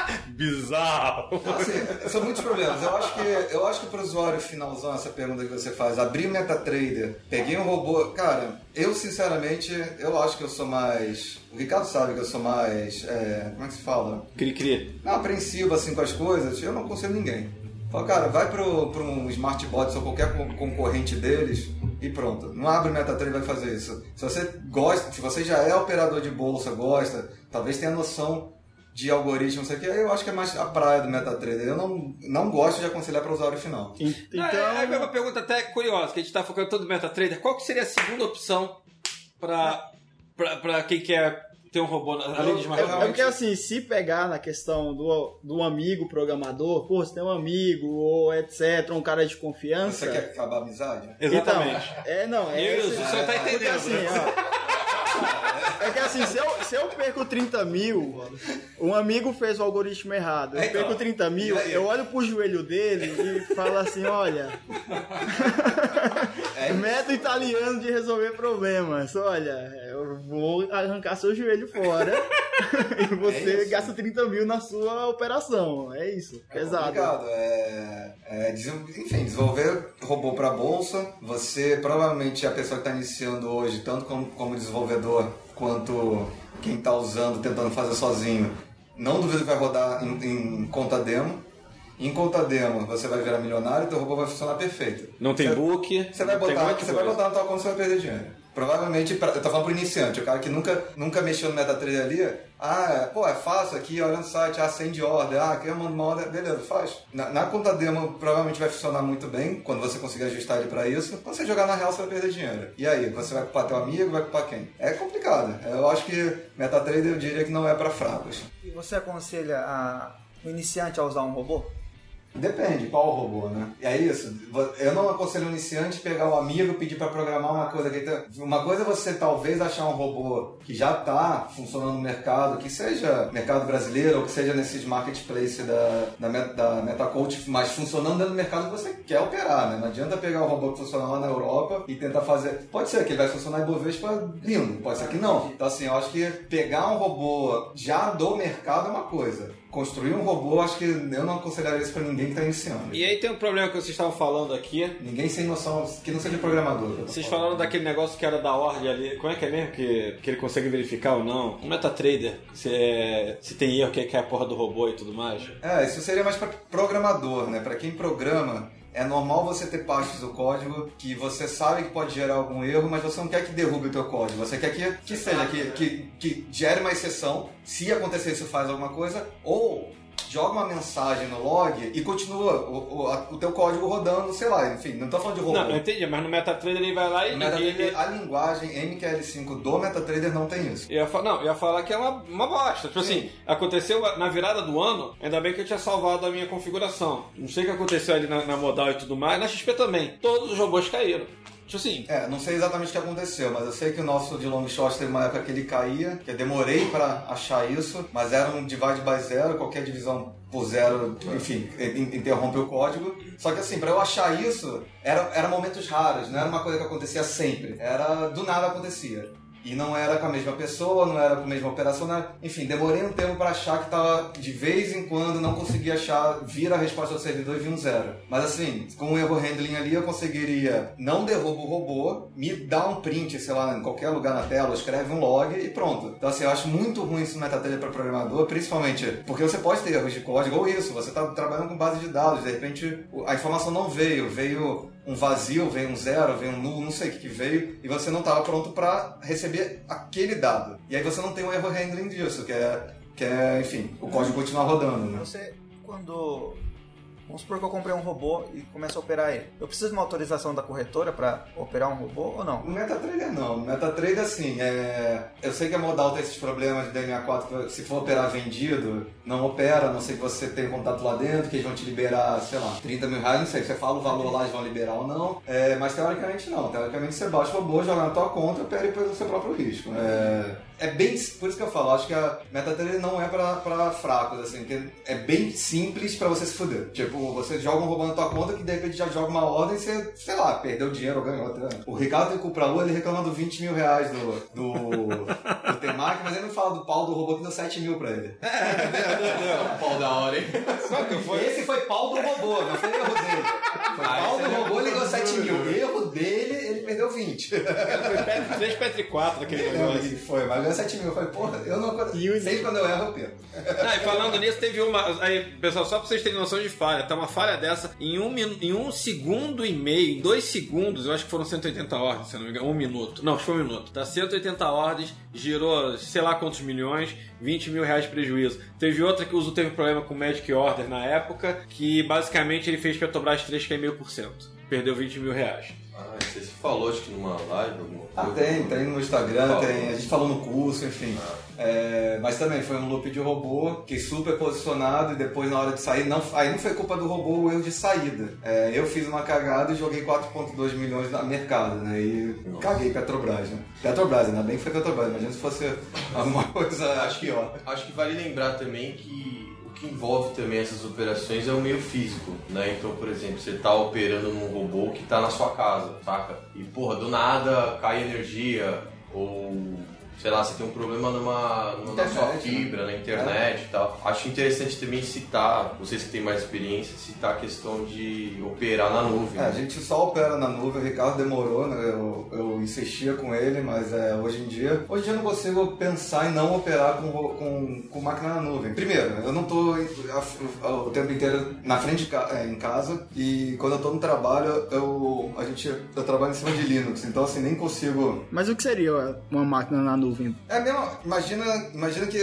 S7: Bizarro!
S10: Assim, são muitos problemas. Eu acho que, eu acho que para o usuário finalzão, essa pergunta que você faz, abrir o MetaTrader, peguei um robô... Cara, eu sinceramente, eu acho que eu sou mais... O Ricardo sabe que eu sou mais... É, como é que se fala?
S3: Cri-cri.
S10: Não, apreensivo assim com as coisas. Eu não aconselho ninguém. Fala, cara, vai para um SmartBot ou qualquer concorrente deles e pronto. Não abre o MetaTrader e vai fazer isso. Se você gosta, se você já é operador de bolsa, gosta, talvez tenha noção de algoritmo, isso aqui, eu acho que é mais a praia do MetaTrader. Eu não, não gosto de aconselhar para o usuário final.
S3: Então... É, é uma pergunta até curiosa, que a gente está focando todo no MetaTrader. Qual que seria a segunda opção para quem quer ter um robô além de smart
S5: é, é porque assim, se pegar na questão do, do amigo programador, pô, você tem um amigo, ou etcétera, um cara de confiança...
S10: Você quer acabar a amizade?
S3: Exatamente.
S5: Então, é, não, é...
S3: Deus, esse, o senhor tá entendendo.
S5: Porque assim, ó, é que assim, se eu, se eu perco trinta mil, um amigo fez o algoritmo errado, eu
S10: então,
S5: perco trinta mil, eu olho pro joelho dele e falo assim, olha... É método italiano de resolver problemas. Olha, eu vou arrancar seu joelho fora e você é gasta trinta mil na sua operação. É isso.
S10: É
S5: pesado.
S10: Complicado. É, é, enfim, desenvolver robô para bolsa. Você provavelmente é a pessoa que está iniciando hoje, tanto como, como desenvolvedor quanto quem está usando, tentando fazer sozinho. Não duvido que vai rodar em, em conta demo. Em conta demo, você vai virar milionário e teu robô vai funcionar perfeito.
S3: Não tem
S10: você,
S3: book.
S10: Você vai botar, você vai botar na tua conta e você vai perder dinheiro. Provavelmente, pra, eu tô falando pro iniciante, o cara que nunca, nunca mexeu no MetaTrader ali, ah, pô, é fácil aqui, olhando o site, ah, send order, ah, quer mandar uma order, beleza, faz. Na, na conta demo, provavelmente vai funcionar muito bem, quando você conseguir ajustar ele pra isso. Quando você jogar na real, você vai perder dinheiro. E aí, você vai culpar teu amigo, vai culpar quem? É complicado. Eu acho que MetaTrader, eu diria que não é pra fracos.
S9: E você aconselha a, o iniciante a usar um robô?
S10: Depende, qual o robô, né? E é isso. Eu não aconselho o iniciante pegar um amigo e pedir para programar uma coisa que... Uma coisa é você talvez achar um robô que já está funcionando no mercado, que seja mercado brasileiro ou que seja nesses marketplace da, da, da MetaCoach, mas funcionando dentro do mercado que você quer operar, né? Não adianta pegar um robô que funciona lá na Europa e tentar fazer... Pode ser que ele vai funcionar em Bovespa lindo, pode ser que não. Então assim, eu acho que pegar um robô já do mercado é uma coisa. construir um robô, acho que eu não aconselharia isso pra ninguém que tá iniciando.
S3: E aí tem um problema que vocês estavam falando aqui.
S10: Ninguém sem noção, que não seja programador.
S3: Vocês falaram daquele negócio que era da ordem ali. Como é que é mesmo que, que ele consegue verificar ou não? Um MetaTrader, se, é, se tem erro, que é a porra do robô e tudo mais.
S10: É, isso seria mais pra programador, né? Pra quem programa, é normal você ter partes do código que você sabe que pode gerar algum erro, mas você não quer que derrube o teu código. Você quer que, que seja, que, que, que gere uma exceção, se acontecer isso faz alguma coisa, ou joga uma mensagem no log e continua o, o, a, o teu código rodando, sei lá, enfim, não tô falando de robô.
S3: Não, eu entendi, mas no MetaTrader ele vai lá e...
S10: No MetaTrader,
S3: ele...
S10: a linguagem M Q L cinco do MetaTrader não tem isso.
S3: Eu ia fa... Não, eu ia falar que é uma, uma bosta. Tipo
S10: Sim.
S3: assim, aconteceu na virada do ano, ainda bem que eu tinha salvado a minha configuração. Não sei o que aconteceu ali na, na modal e tudo mais, na X P também. Todos os robôs caíram. Tipo assim...
S10: É, não sei exatamente o que aconteceu, mas eu sei que o nosso de long shot teve uma época que ele caía, que eu demorei pra achar isso, mas era um divide by zero, qualquer divisão por zero, enfim, interrompe o código. Só que assim, pra eu achar isso, era, era momentos raros, não era uma coisa que acontecia sempre. Era, do nada acontecia. E não era com a mesma pessoa, não era com a mesma operação, não era... enfim, demorei um tempo para achar que tava, de vez em quando, não conseguia achar, vir a resposta do servidor e vir um zero. Mas assim, com o erro handling ali, eu conseguiria, não derruba o robô, me dá um print, sei lá, em qualquer lugar na tela, escreve um log e pronto. Então assim, eu acho muito ruim isso no MetaTrader para programador, principalmente porque você pode ter erros de código, ou isso, você tá trabalhando com base de dados, de repente a informação não veio, veio... um vazio, veio um zero, veio um nulo, não sei o que, que veio, e você não estava pronto para receber aquele dado. E aí você não tem um erro handling disso, que é, que é enfim, o código continuar rodando, né?
S9: Você, quando... Vamos supor que eu comprei um robô e começo a operar ele. Eu preciso de uma autorização da corretora para operar um robô ou não?
S10: No MetaTrader não. No MetaTrader, assim, é... eu sei que a Modal tem esses problemas de D M A quatro, se for operar vendido, não opera, a não sei que você tenha contato lá dentro, que eles vão te liberar, sei lá, trinta mil reais, não sei, você fala o valor lá, eles vão liberar ou não. É... Mas teoricamente não. Teoricamente você baixa o robô, joga na tua conta e opera pelo seu próprio risco. É... É bem, por isso que eu falo, acho que a MetaTrader não é pra, pra fracos, assim, que é bem simples pra você se fuder. Tipo, você joga um robô na tua conta que de repente já joga uma ordem e você, sei lá, perdeu dinheiro ou ganhou outra. O Ricardo tem que ir pra lua, ele reclama do vinte mil reais do, do, do Temac, mas ele não fala do pau do robô que deu sete mil pra ele.
S8: É, o pau da hora, hein?
S10: Esse foi pau do robô, não foi erro dele. Foi pau do robô, ele ganhou sete mil. Erro dele, ele perdeu vinte.
S3: Foi três, Petri quatro aquele negócio.
S10: Foi, mas ganhou sete mil. Eu falei, porra, eu não... Sempre quando eu erro, eu perco.
S3: Ah, e falando nisso, teve uma... Aí, pessoal, só pra vocês terem noção de falha, tá uma falha dessa em um, min... em um segundo e meio, em dois segundos, eu acho que foram cento e oitenta ordens, se não me engano, um minuto. Não, acho que foi um minuto. Tá cento e oitenta ordens, girou sei lá quantos milhões, vinte mil reais de prejuízo. Teve outra que o Uso teve problema com o Magic Order na época, que basicamente ele fez Petrobras três vírgula cinco por cento. Perdeu vinte mil reais.
S8: Ah, você se falou, acho que numa live, alguma
S10: Ah,
S8: coisa.
S10: tem, tem no Instagram,
S8: Falou.
S10: tem, a gente falou no curso, enfim.
S8: Ah.
S10: É, mas também foi um loop de robô, que super posicionado e depois na hora de sair, não, aí não foi culpa do robô o erro de saída. É, eu fiz uma cagada e joguei quatro vírgula dois milhões no mercado, né? E
S8: Nossa.
S10: caguei Petrobras, né? Petrobras, ainda bem que foi Petrobras, imagina se fosse alguma coisa
S8: Acho que,
S10: pior.
S8: acho que vale lembrar também que o que envolve também essas operações é o meio físico, né? Então, por exemplo, você tá operando num robô que tá na sua casa, saca? E, porra, do nada cai energia, ou... sei lá, você tem um problema numa, numa na sua
S10: Internet,
S8: fibra,
S10: né?
S8: na internet
S10: É.
S8: e tal. Acho interessante também citar, vocês que têm mais experiência, citar a questão de operar na nuvem.
S10: É, a gente só opera na nuvem, o Ricardo demorou, né? Eu, eu insistia com ele, mas é, hoje em dia... Hoje em dia eu não consigo pensar em não operar com, com, com máquina na nuvem. Primeiro, eu não tô a, o tempo inteiro na frente de ca, é, em casa, e quando eu tô no trabalho, eu, a gente, eu trabalho em cima de Linux, então assim, nem consigo...
S5: Mas o que seria uma máquina na nuvem?
S10: É mesmo, imagina, imagina que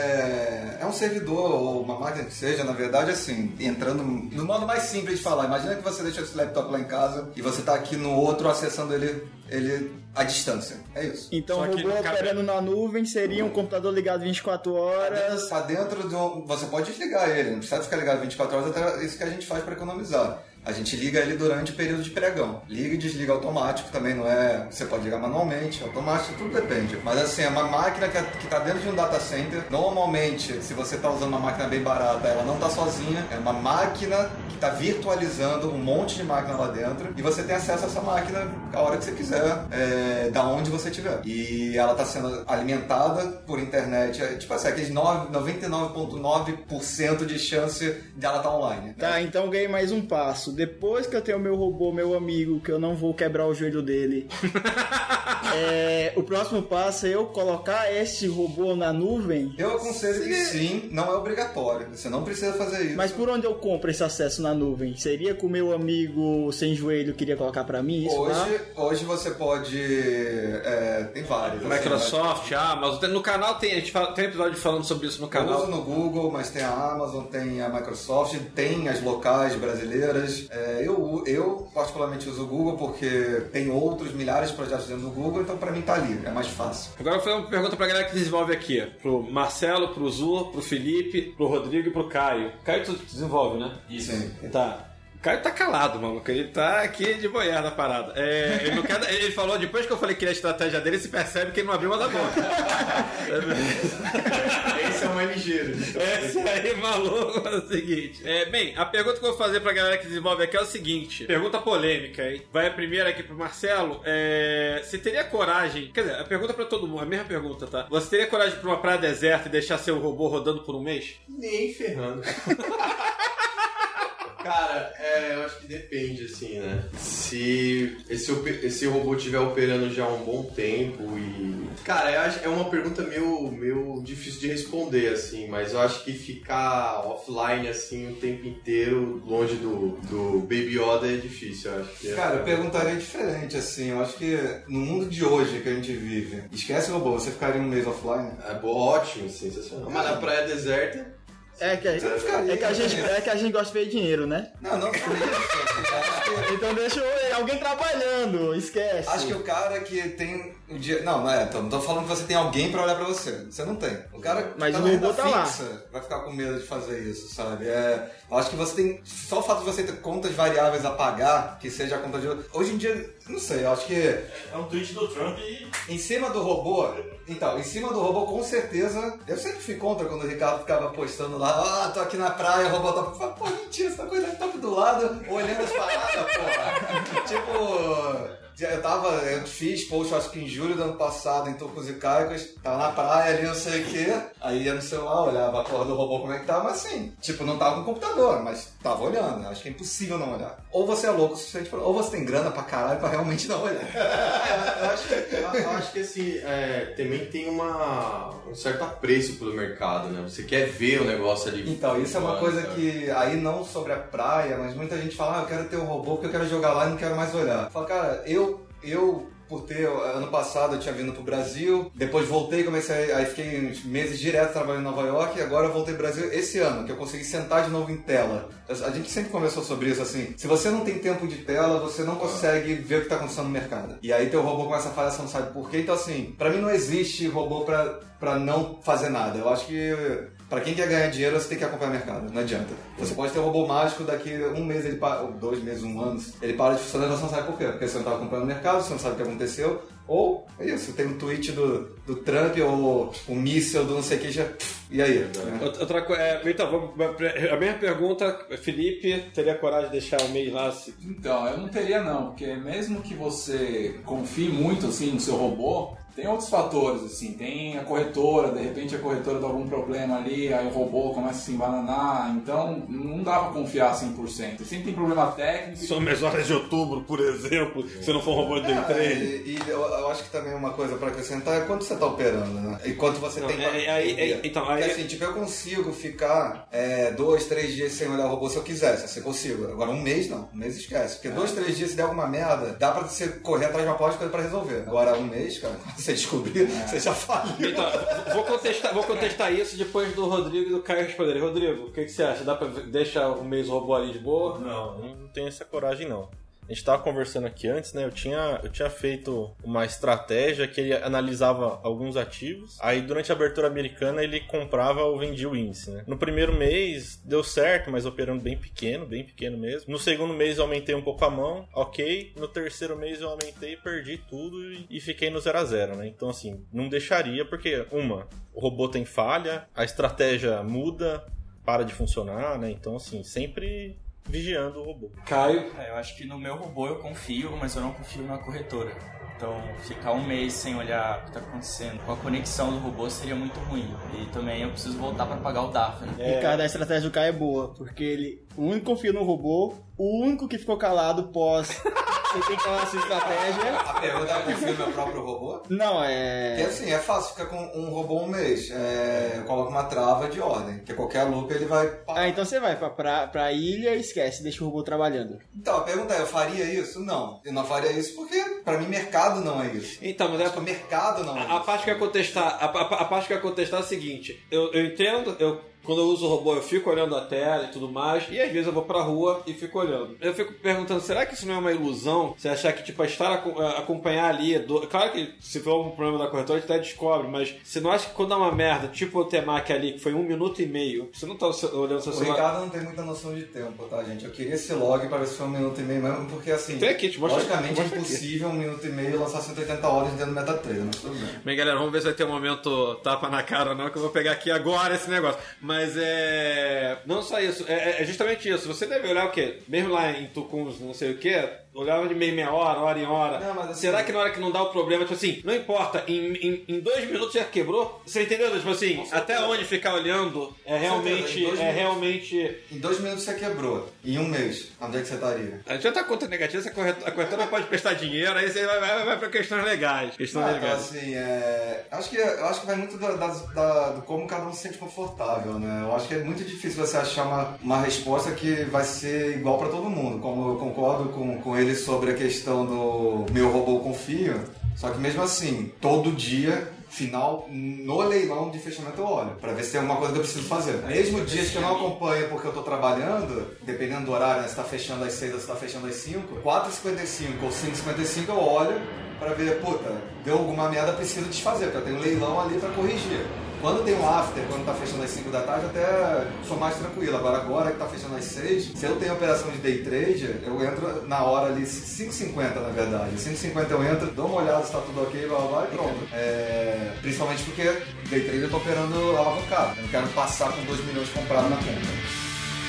S10: é, é um servidor ou uma máquina que seja, na verdade, assim, entrando no modo mais simples de falar. Imagina que você deixa esse laptop lá em casa e você tá aqui no outro acessando ele, ele à distância. É isso.
S5: Então
S3: Só
S5: o
S3: que
S5: robô
S3: no cabe-
S5: operando na nuvem seria um computador ligado vinte e quatro horas.
S10: Tá dentro de um... Você pode desligar ele, não precisa ficar ligado vinte e quatro horas, até isso que a gente faz para economizar. A gente liga ele durante o período de pregão. Liga e desliga automático, também não é... Você pode ligar manualmente, automático, tudo depende. Mas assim, é uma máquina que está dentro de um data center. Normalmente, se você está usando uma máquina bem barata, ela não está sozinha. É uma máquina que está virtualizando um monte de máquina lá dentro. E você tem acesso a essa máquina a hora que você quiser, é, da onde você estiver. E ela está sendo alimentada por internet. É, tipo assim, aqueles noventa e nove vírgula nove por cento de chance dela estar online.
S5: Tá, então eu ganhei mais um passo. Depois que eu tenho meu robô, meu amigo, que eu não vou quebrar o joelho dele, é, o próximo passo é eu colocar este robô na nuvem?
S10: Eu aconselho que sim, não é obrigatório. Você não precisa fazer isso.
S5: Mas por onde eu compro esse acesso na nuvem? Seria que o meu amigo sem joelho queria colocar pra mim isso?
S10: Hoje,
S5: tá?
S10: hoje você pode... É, tem vários.
S3: Microsoft,
S10: assim,
S3: Amazon. No canal tem, a gente fala, tem episódio falando sobre isso no canal.
S10: Eu uso no Google, mas tem a Amazon, tem a Microsoft, tem as locais brasileiras. É, eu, eu particularmente uso o Google porque tem outros milhares de projetos dentro do Google, então pra mim tá ali, é mais fácil.
S3: Agora eu vou fazer uma pergunta pra galera que desenvolve aqui. Pro Marcelo, pro Zu, pro Felipe, pro Rodrigo e pro Caio. Caio tu desenvolve, né?
S10: Isso. Sim.
S3: Tá. O Caio tá calado, maluco. Ele tá aqui de boiar na parada. É, ele, não quer, ele falou, depois que eu falei que a estratégia dele, se percebe que ele não abriu uma da boca.
S8: Esse é o mais ligeiro.
S3: Esse aí, maluco, é o seguinte. É, bem, a pergunta que eu vou fazer pra galera que desenvolve aqui é o seguinte. Pergunta polêmica, hein? Vai a primeira aqui pro Marcelo. É, você teria coragem... Quer dizer, a pergunta pra todo mundo, a mesma pergunta, tá? Você teria coragem pra uma praia deserta e deixar seu robô rodando por um mês?
S8: Nem ferrando. Cara, é, eu acho que depende, assim, né? Se esse, esse robô estiver operando já há um bom tempo e... Cara, eu acho, é uma pergunta meio, meio difícil de responder, assim, mas eu acho que ficar offline, assim, o tempo inteiro, longe do, do Baby Yoda é difícil, eu acho que é...
S10: Cara, eu perguntaria diferente, assim, eu acho que no mundo de hoje que a gente vive, esquece o robô, você ficaria um mês offline?
S8: É bom, ótimo, sensacional. Mas na praia deserta...
S5: É que, a, é, que a gente, é que a gente gosta de ver dinheiro, né?
S10: Não, não por isso.
S5: Então deixa eu, alguém trabalhando, esquece.
S10: Acho que o cara que tem o dia... Não, não é, tô, não tô falando que você tem alguém pra olhar pra você. Você não tem. O cara que
S5: Mas
S10: tá
S5: o
S10: na renda
S5: robô tá lá.
S10: fixa vai ficar com medo de fazer isso, sabe? É, eu acho que você tem... Só o fato de você ter contas variáveis a pagar, que seja a conta de... Hoje em dia, não sei, eu acho que...
S7: É um tweet do Trump e...
S10: Em cima do robô... Então, em cima do robô, com certeza... Eu sempre fui contra quando o Ricardo ficava postando lá, ah, tô aqui na praia, o robô tá... Pô, mentira, você tá com ele top do lado, olhando as paradas, porra. Tipo... Eu tava, eu fiz post, acho que em julho do ano passado, em Turcos e Caicos, tava na praia ali, não sei o que, aí ia no celular, olhava a porra do robô como é que tava, mas assim, tipo, não tava no computador, mas tava olhando, acho que é impossível não olhar. Ou você é louco o suficiente, pra, ou você tem grana pra caralho pra realmente não olhar.
S8: É, eu, acho que, eu, eu acho que assim, é, também tem uma, um certo apreço pelo mercado, né? Você quer ver o negócio ali.
S10: Então, isso é uma coisa
S8: sabe?
S10: que, aí não sobre a praia, mas muita gente fala, ah, eu quero ter um robô porque eu quero jogar lá e não quero mais olhar. Fala, cara, eu Eu, por ter, ano passado eu tinha vindo pro Brasil, depois voltei, comecei, aí fiquei uns meses direto trabalhando em Nova York, e agora eu voltei pro Brasil esse ano, que eu consegui sentar de novo em tela. A gente sempre conversou sobre isso, assim, se você não tem tempo de tela, você não consegue ver o que tá acontecendo no mercado. E aí teu robô começa a falhar, você não sabe por quê. Então, assim, pra mim não existe robô pra, pra não fazer nada. Eu acho que pra quem quer ganhar dinheiro, você tem que acompanhar o mercado, não adianta. Você pode ter um robô mágico, daqui um mês, ele para, ou dois meses, um ano, ele para de funcionar e você não sabe por quê. Porque você não tá acompanhando o mercado, você não sabe o que aconteceu. Ou, é isso, tem um tweet do, do Trump ou um míssil do não sei o que, já... E aí? Né?
S3: Outra coisa, é, então, vamos, a mesma pergunta, Felipe, teria coragem de deixar o mês lá? Se...
S4: Então, eu não teria não, porque mesmo que você confie muito, assim, no seu robô, tem outros fatores, assim, tem a corretora, de repente a corretora dá algum problema ali, aí o robô começa a se embananar, então não dá pra confiar cem por cento. Sempre tem problema técnico.
S3: São as horas de outubro, por exemplo, se não for um robô de day trade.
S10: E, e eu, eu acho que também uma coisa pra acrescentar é quanto você tá operando, né? E quanto você
S3: não,
S10: tem
S3: é,
S10: pra...
S3: aí, é, então, aí...
S10: Porque assim, tipo, eu consigo ficar é, dois, três dias sem olhar o robô se eu quisesse, assim, eu consigo. Agora um mês não, um mês esquece. Porque é. dois, três dias se der alguma merda, dá pra você correr atrás de uma porta de coisa pra resolver. Agora um mês, cara, você descobrir, é. você já faliu.
S3: Então, vou contestar, vou contestar isso depois do Rodrigo e do Caio responderem. Rodrigo, o que, que você acha? Dá pra deixar um mês o robô ali de boa?
S7: Não, não tenho essa coragem não. A gente tava conversando aqui antes, né? Eu tinha, eu tinha feito uma estratégia que ele analisava alguns ativos, aí durante a abertura americana ele comprava ou vendia o índice, né? No primeiro mês deu certo, mas operando bem pequeno, bem pequeno mesmo. No segundo mês eu aumentei um pouco a mão, ok. No terceiro mês eu aumentei, perdi tudo e, e fiquei no zero a zero, né? Então assim, não deixaria, porque uma, o robô tem falha, a estratégia muda, para de funcionar, né? Então assim, sempre vigiando o robô.
S3: Caio?
S6: É, eu acho que no meu robô eu confio, mas eu não confio na corretora. Então, ficar um mês sem olhar o que está acontecendo com a conexão do robô seria muito ruim. E também eu preciso voltar para pagar o D A F, né?
S5: É. Ricardo, a estratégia do Caio é boa, porque ele, o único que confia no robô, o único que ficou calado pós ele tem que falar a sua estratégia.
S10: A pergunta é: confio no meu próprio robô?
S5: Não, é...
S10: Porque assim, é fácil ficar com um robô um mês. É, eu coloco uma trava de ordem, porque qualquer loop ele vai...
S5: Ah, então você vai pra, pra, pra ilha e esquece, deixa o robô trabalhando.
S10: Então, a pergunta é, eu faria isso? Não. Eu não faria isso porque, pra mim, mercado não é isso.
S3: Então, mas é...
S10: O mercado não é
S3: a,
S10: isso.
S3: a parte que eu ia contestar, a, a, a parte que eu ia contestar é a seguinte, eu, eu entendo, eu... Quando eu uso o robô, eu fico olhando a tela e tudo mais, e às vezes eu vou pra rua e fico olhando. Eu fico perguntando, será que isso não é uma ilusão? Você achar que, tipo, estar a acompanhar ali... Do... Claro que se for algum problema da corretora, a gente até descobre, mas você não acha que quando dá uma merda, tipo o Temac ali, que foi um minuto e meio, você não tá olhando o seu
S10: O
S3: celular...
S10: Ricardo não tem muita noção de tempo, tá, gente? Eu queria esse log pra ver se foi um minuto e meio mesmo, porque, assim...
S3: Tem aqui, te mostra,
S10: logicamente
S3: te mostra
S10: é impossível aqui. Um minuto e meio lançar cento e oitenta horas dentro do MetaTrader, mas tudo bem.
S3: Bem, galera, vamos ver se vai ter um momento tapa na cara ou não, que eu vou pegar aqui agora esse negócio. Mas é... Não só isso, é, é justamente isso. Você deve olhar o quê? Mesmo lá em Tucuns, não sei o quê, olhava de meia meia hora, hora em hora.
S10: Não, mas assim,
S3: será que na hora que não dá o problema, tipo assim, não importa, em, em, em dois minutos já quebrou? Você entendeu? Tipo assim, até onde ficar olhando é realmente... É
S10: minutos,
S3: realmente...
S10: Em dois minutos você quebrou. Em um mês, onde é que você estaria?
S3: A gente já tá conta negativa, a corretora, a corretora pode prestar dinheiro, aí você vai, vai, vai pra questões legais. Questões
S10: Ah,
S3: legais.
S10: então, assim, é... acho, que, eu acho que vai muito da, da, da, do como cada um se sente confortável, né? Eu acho que é muito difícil você achar uma, uma resposta que vai ser igual pra todo mundo. Como eu concordo com, com ele sobre a questão do meu robô confio, só que mesmo assim, todo dia, final, no leilão de fechamento eu olho, pra ver se tem alguma coisa que eu preciso fazer. Mesmo dias que eu não acompanho porque eu tô trabalhando, dependendo do horário, né, se tá fechando às seis ou se tá fechando às cinco, quatro e cinquenta e cinco ou cinco e cinquenta e cinco eu olho pra ver, puta, deu alguma merda, preciso desfazer, porque eu tenho um leilão ali pra corrigir. Quando tem um after, quando tá fechando às cinco da tarde, até sou mais tranquilo. Agora, agora que tá fechando às seis, se eu tenho operação de day trade, eu entro na hora ali, cinco e cinquenta na verdade. cinco e cinquenta eu entro, dou uma olhada se tá tudo ok, blá blá blá e pronto. É, principalmente porque day trade eu tô operando alavancado. Eu não quero passar com dois milhões comprados na conta.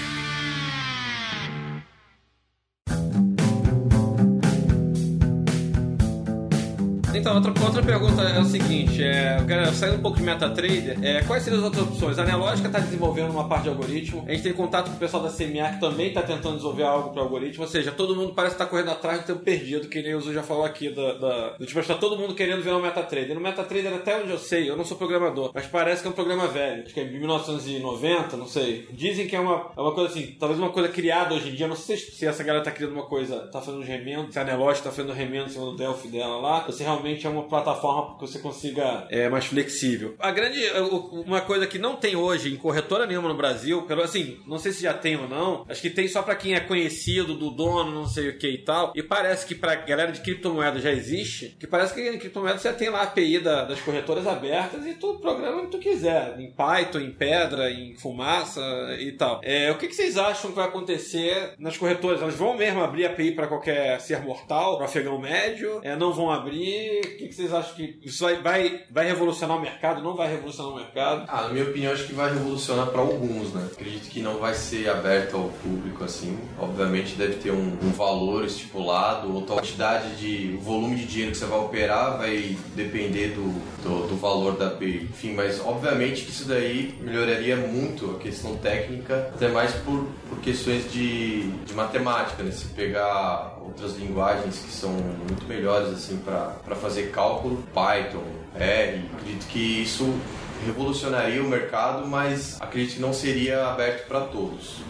S3: Então, outra, outra pergunta é o seguinte, é, eu quero sair um pouco de MetaTrader, é, quais seriam as outras opções? A Nelogica está desenvolvendo uma parte de algoritmo, a gente tem contato com o pessoal da C M A que também está tentando desenvolver algo para algoritmo, ou seja, todo mundo parece estar tá correndo atrás do tempo perdido, que nem o Zu já falou aqui, da, da, do tipo, está todo mundo querendo virar um MetaTrader. No MetaTrader, até onde eu sei, eu não sou programador, mas parece que é um programa velho, acho que é de mil novecentos e noventa, não sei. Dizem que é uma, é uma coisa assim, talvez uma coisa criada hoje em dia, não sei se essa galera está criando uma coisa, está fazendo um remendo, se a Nelogica está fazendo remendo em cima do Delphi dela lá, ou se realmente é uma plataforma que você consiga é, mais flexível. A grande, uma coisa que não tem hoje em corretora nenhuma no Brasil, pelo assim, não sei se já tem ou não, acho que tem só pra quem é conhecido do dono, não sei o que e tal, e parece que pra galera de criptomoeda já existe, que parece que em criptomoeda você já tem lá a API da, das corretoras abertas e tu programa o que tu quiser, em Python, em Pedra, em Fumaça e tal. É, o que, que vocês acham que vai acontecer nas corretoras? Elas vão mesmo abrir a API pra qualquer ser mortal, pro afegão médio? É, não vão abrir? O que, que vocês acham que isso vai, vai, vai revolucionar o mercado? Não vai revolucionar o mercado?
S8: Ah, na minha opinião, acho que vai revolucionar para alguns, né? Acredito que não vai ser aberto ao público assim. Obviamente deve ter um, um valor estipulado, ou a quantidade de... o volume de dinheiro que você vai operar vai depender do, do, do valor da A P I. Enfim, mas obviamente que isso daí melhoraria muito a questão técnica, até mais por, por questões de, de matemática, né? Se pegar outras linguagens que são muito melhores assim para fazer cálculo, Python, R, acredito que isso revolucionaria o mercado, mas acredito que não seria aberto para todos.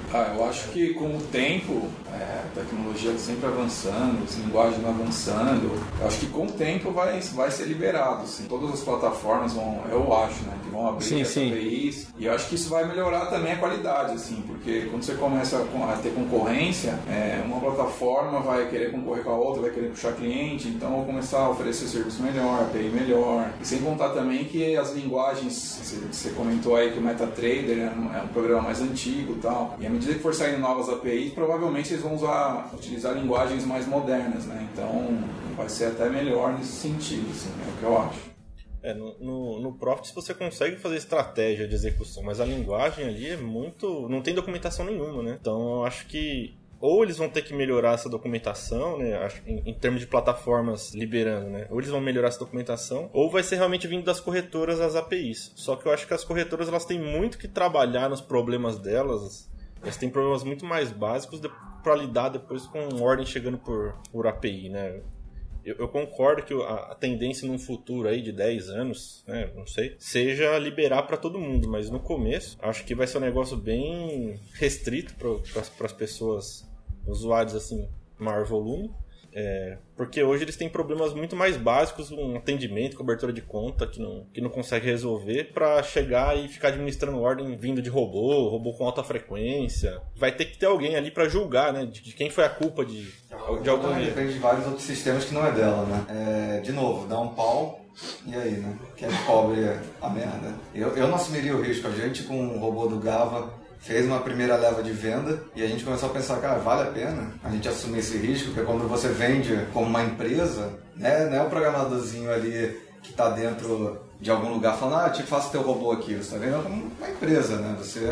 S4: Ah, eu acho que com o tempo, é, a tecnologia sempre avançando, as linguagens vão avançando, eu acho que com o tempo vai, vai ser liberado, assim. Todas as plataformas vão, eu acho, né, que vão abrir
S3: Sim,
S4: as
S3: sim.
S4: A P Is, e eu acho que isso vai melhorar também a qualidade, assim, porque quando você começa a ter concorrência, é, uma plataforma vai querer concorrer com a outra, vai querer puxar cliente, então vão começar a oferecer serviço melhor, A P I melhor, e sem contar também que as linguagens, você comentou aí que o MetaTrader é um, é um programa mais antigo e tal, e à medida que for saindo novas A P Is, provavelmente eles vão usar, utilizar linguagens mais modernas, né? Então vai ser até melhor nesse sentido, assim, é o que eu acho.
S7: É, no, no, no Profit você consegue fazer estratégia de execução, mas a linguagem ali é muito... não tem documentação nenhuma, né? Então eu acho que ou eles vão ter que melhorar essa documentação, né, em, em termos de plataformas liberando, né, ou eles vão melhorar essa documentação, ou vai ser realmente vindo das corretoras as A P Is. Só que eu acho que as corretoras elas têm muito que trabalhar nos problemas delas, elas têm problemas muito mais básicos para lidar depois com ordem chegando por, por A P I, né. Eu, eu concordo que a, a tendência num futuro aí de dez anos, né, não sei, seja liberar para todo mundo, mas no começo acho que vai ser um negócio bem restrito para as pessoas, usuários assim, maior volume, é, porque hoje eles têm problemas muito mais básicos, um atendimento, cobertura de conta que não, que não consegue resolver, para chegar e ficar administrando ordem vindo de robô, robô com alta frequência. Vai ter que ter alguém ali para julgar, né, de, de quem foi a culpa de, de algum erro.
S10: Depende de vários outros sistemas que não é dela, né? É, de novo, dá um pau, e aí, né? Quem cobre a merda? Eu, eu não assumiria o risco. A gente, com o robô do Gava, fez uma primeira leva de venda e a gente começou a pensar, cara, vale a pena a gente assumir esse risco, porque quando você vende como uma empresa, né, não é o programadorzinho ali que está dentro de algum lugar falando, ah, eu te faço teu robô aqui, você está vendo como uma empresa, né, você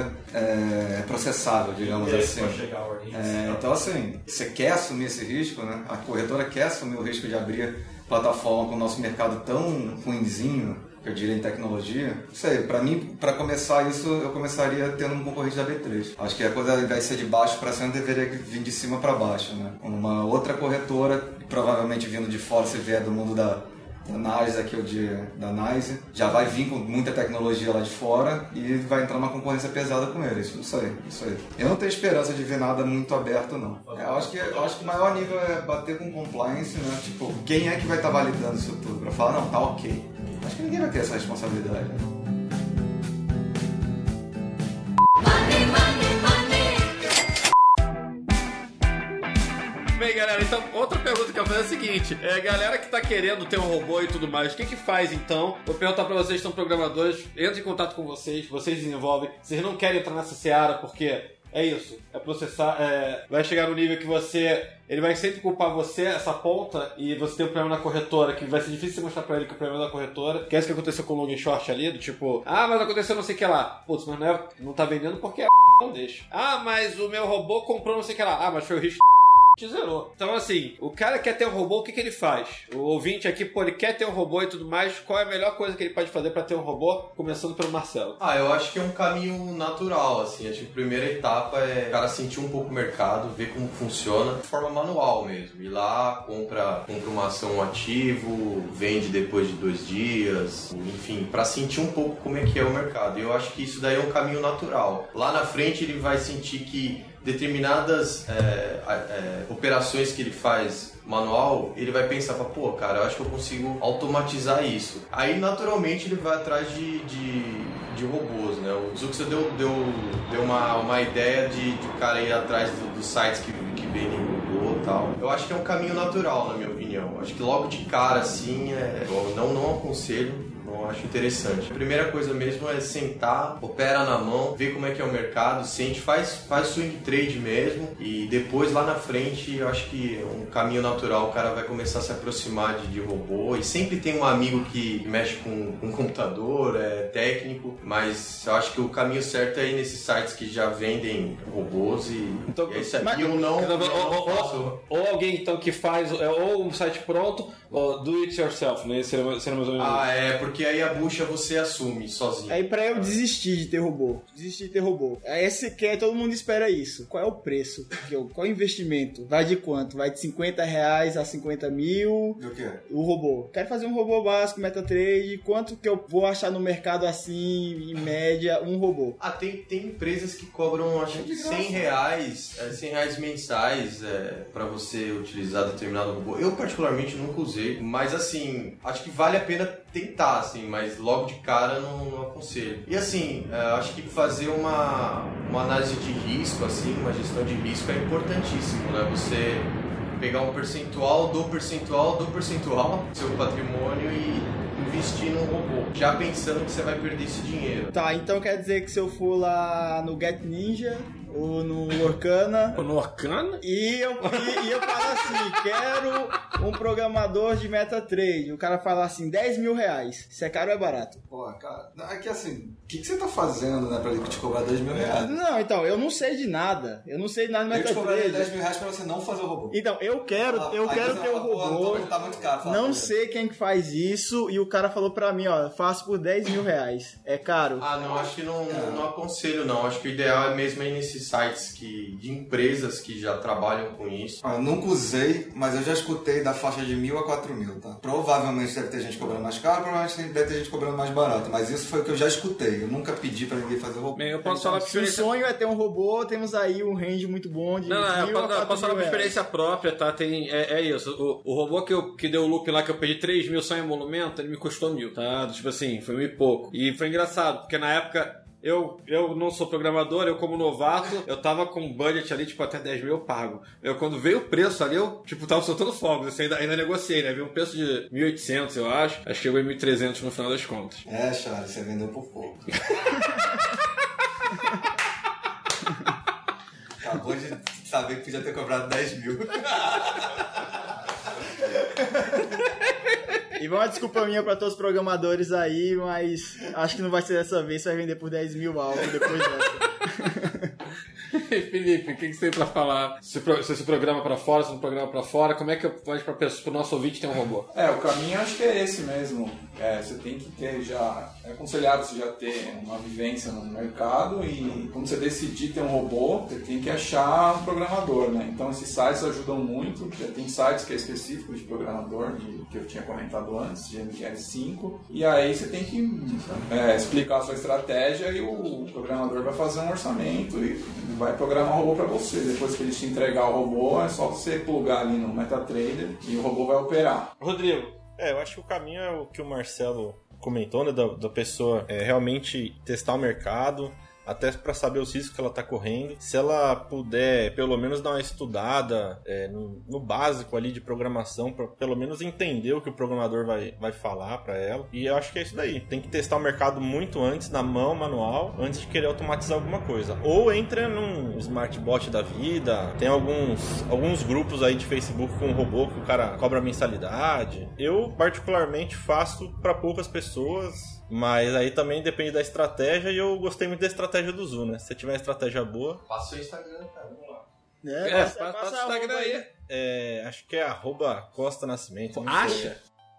S10: é processável, digamos assim. É, então, assim, você quer assumir esse risco, né, a corretora quer assumir o risco de abrir plataforma com o nosso mercado tão ruinzinho, eu diria em tecnologia, não sei, pra mim, pra começar isso, eu começaria tendo um concorrente da B três. Acho que a coisa, ao invés de ser de baixo pra cima, deveria vir de cima pra baixo, né? Uma outra corretora, provavelmente vindo de fora, se vier do mundo da, da NYSE, aqui, ou de, da NYSE, já vai vir com muita tecnologia lá de fora e vai entrar numa concorrência pesada com eles. Não sei, não sei. Eu não tenho esperança de ver nada muito aberto, não. É, eu, acho que, eu acho que o maior nível é bater com compliance, né? Tipo, quem é que vai estar tá validando isso tudo? Pra falar, não, tá ok. Acho que ninguém vai ter essa responsabilidade.
S2: Money, money, money.
S3: Bem, galera, então outra pergunta que eu vou fazer é a seguinte: é, galera que tá querendo ter um robô e tudo mais, o que que faz então? Vou perguntar pra vocês que são programadores, entra em contato com vocês, vocês desenvolvem, vocês não querem entrar nessa seara porque é isso, é processar, é, vai chegar no nível que você, ele vai sempre culpar você, essa ponta, e você tem um problema na corretora, que vai ser difícil você mostrar pra ele que o problema é da corretora, que é isso que aconteceu com o Long Short ali, do tipo, ah, mas aconteceu não sei o que lá, putz, mas não, é, não tá vendendo porque a não deixa. Ah, mas o meu robô comprou não sei o que lá, ah, mas foi o risco te zerou. Então, assim, o cara quer ter um robô, o que, que ele faz? O ouvinte aqui, pô, ele quer ter um robô e tudo mais, qual é a melhor coisa que ele pode fazer pra ter um robô? Começando pelo Marcelo.
S8: Ah, eu acho que é um caminho natural, assim. Acho que a primeira etapa é o cara sentir um pouco o mercado, ver como funciona de forma manual mesmo. Ir lá, compra, compra uma ação, um ativo, vende depois de dois dias, enfim, pra sentir um pouco como é que é o mercado. E eu acho que isso daí é um caminho natural. Lá na frente ele vai sentir que determinadas é, é, operações que ele faz manual, ele vai pensar, pô, cara, eu acho que eu consigo automatizar isso. Aí, naturalmente, ele vai atrás de, de, de robôs, né? O Zuxa deu, deu, deu uma, uma ideia de, de o cara ir atrás do, dos sites que, que vendem robô e tal. Eu acho que é um caminho natural, na minha opinião. Acho que logo de cara, assim, é, eu não, não aconselho. Eu acho interessante. A primeira coisa mesmo é sentar, opera na mão, ver como é que é o mercado, sente, faz, faz swing trade mesmo e depois lá na frente eu acho que é um caminho natural, o cara vai começar a se aproximar de, de robô e sempre tem um amigo que mexe com, com computador, é técnico, mas eu acho que o caminho certo é ir nesses sites que já vendem robôs e,
S3: então,
S8: e é isso aí.
S3: Mas,
S8: eu não,
S3: ou,
S8: eu não
S3: ou,
S8: faço...
S3: ou alguém então que faz ou um site pronto ou do it yourself, né? Seria, seria mais ou menos
S8: ah, é porque porque aí a bucha você assume sozinho.
S5: Aí pra eu desistir de ter robô, desistir de ter robô. Aí esse quer, todo mundo espera isso. Qual é o preço? Que eu- Qual é o investimento? Vai de quanto? Vai de cinquenta reais a cinquenta mil?
S10: E o quê?
S5: O robô. Quero fazer um robô básico, MetaTrade. Quanto que eu vou achar no mercado assim, em média, um robô?
S8: Ah, tem, tem empresas que cobram, acho que cem reais, é, cem reais mensais é, pra você utilizar determinado robô. Eu, particularmente, nunca usei, mas assim, acho que vale a pena tentar, assim, mas logo de cara não, não aconselho. E assim, é, acho que fazer uma, uma análise de risco, assim, uma gestão de risco é importantíssimo, né? Você pegar um percentual do percentual do percentual do seu patrimônio e investir num robô, já pensando que você vai perder esse dinheiro.
S5: Tá, então quer dizer que se eu for lá no Get Ninja ou no Orkana
S3: No Arcana?
S5: e eu, e, e eu falo assim, quero um programador de MetaTrade, o cara fala assim, dez mil reais, se é caro ou é barato?
S10: Pô, cara, não, é que assim, o que, que você tá fazendo, né, pra ele te cobrar dois mil reais?
S5: Não, então, eu não sei de nada, eu não sei de nada do
S10: Eu te cobraria dez
S5: MetaTrade.
S10: mil reais pra você não fazer o robô.
S5: Então, eu quero,
S10: Ah,
S5: eu
S10: aí
S5: quero
S10: você
S5: ter o
S10: fala, pô,
S5: robô,
S10: então tá muito caro. Fala,
S5: não
S10: pô,
S5: sei quem que faz isso, e o cara falou pra mim, ó, faço por dez mil reais, é caro?
S8: Ah, não, acho que não, não, não aconselho, não. Acho que o ideal é mesmo ir nesses sites que, de empresas que já trabalham com isso.
S10: Ah, eu nunca usei, mas eu já escutei da faixa de mil a quatro mil, tá? Provavelmente deve ter gente cobrando mais caro, provavelmente deve ter gente cobrando mais barato, mas isso foi o que eu já escutei. Eu nunca pedi pra ninguém fazer robô.
S3: Bem, eu posso falar por
S5: Se o
S3: experiência.
S5: sonho é ter um robô, temos aí um range muito bom de
S3: Não, não, eu
S5: mil
S3: posso,
S5: a
S3: não, eu
S5: quatro
S3: posso falar
S5: mil
S3: por
S5: reais.
S3: experiência própria, tá? Tem, é, é isso. O, o robô que, eu, que deu o loop lá, que eu pedi três mil só em emolumento, ele me custou mil, tá? Tipo assim, foi mil e pouco. E foi engraçado, porque na época eu, eu não sou programador, eu como novato, eu tava com um budget ali, tipo, até dez mil eu pago. Eu, quando veio o preço ali, eu, tipo, tava soltando fogos. Assim, ainda, ainda negociei, né? Veio um preço de mil e oitocentos, eu acho. Acho que chegou em mil e trezentos no final das contas.
S10: É, Charles, você vendeu por pouco. Acabou de saber que podia ter cobrado dez mil.
S5: E vai uma desculpa minha pra todos os programadores aí, mas acho que não vai ser dessa vez, você vai vender por dez mil algo depois dessa.
S3: Felipe, o que, que você tem pra falar? Se pro- se você programa pra fora, se não programa pra fora, como é que pode pra pessoa, pro nosso ouvinte ter um robô?
S4: É, o caminho acho que é esse mesmo. É, você tem que ter já. É aconselhado você já ter uma vivência no mercado e quando você decidir ter um robô, você tem que achar um programador, né? Então esses sites ajudam muito. Já tem sites que é específico de programador, de, que eu tinha comentado antes, de M Q L cinco. E aí você tem que é, explicar a sua estratégia e o programador vai fazer um orçamento e vai programar o robô para você. Depois que ele te entregar o robô, é só você plugar ali no MetaTrader e o robô vai operar.
S3: Rodrigo.
S7: É, eu acho que o caminho é o que o Marcelo comentou, né? Da, da pessoa é, realmente testar o mercado, até para saber os riscos que ela está correndo. Se ela puder, pelo menos, dar uma estudada é, no, no básico ali de programação, para pelo menos entender o que o programador vai, vai falar para ela. E eu acho que é isso daí. Tem que testar o mercado muito antes, na mão, manual, antes de querer automatizar alguma coisa. Ou entra num smartbot da vida. Tem alguns, alguns grupos aí de Facebook com um robô que o cara cobra mensalidade. Eu, particularmente, faço para poucas pessoas. Mas aí também depende da estratégia e eu gostei muito da estratégia do Zu, né? Se você tiver uma estratégia boa,
S8: Passa o Instagram, cara. Vamos lá.
S5: É,
S3: É,
S5: passa,
S3: passa,
S5: passa
S3: o Instagram
S5: arroba
S3: aí.
S7: é, acho que é arroba Costa Nascimento. não sei.
S3: Acha?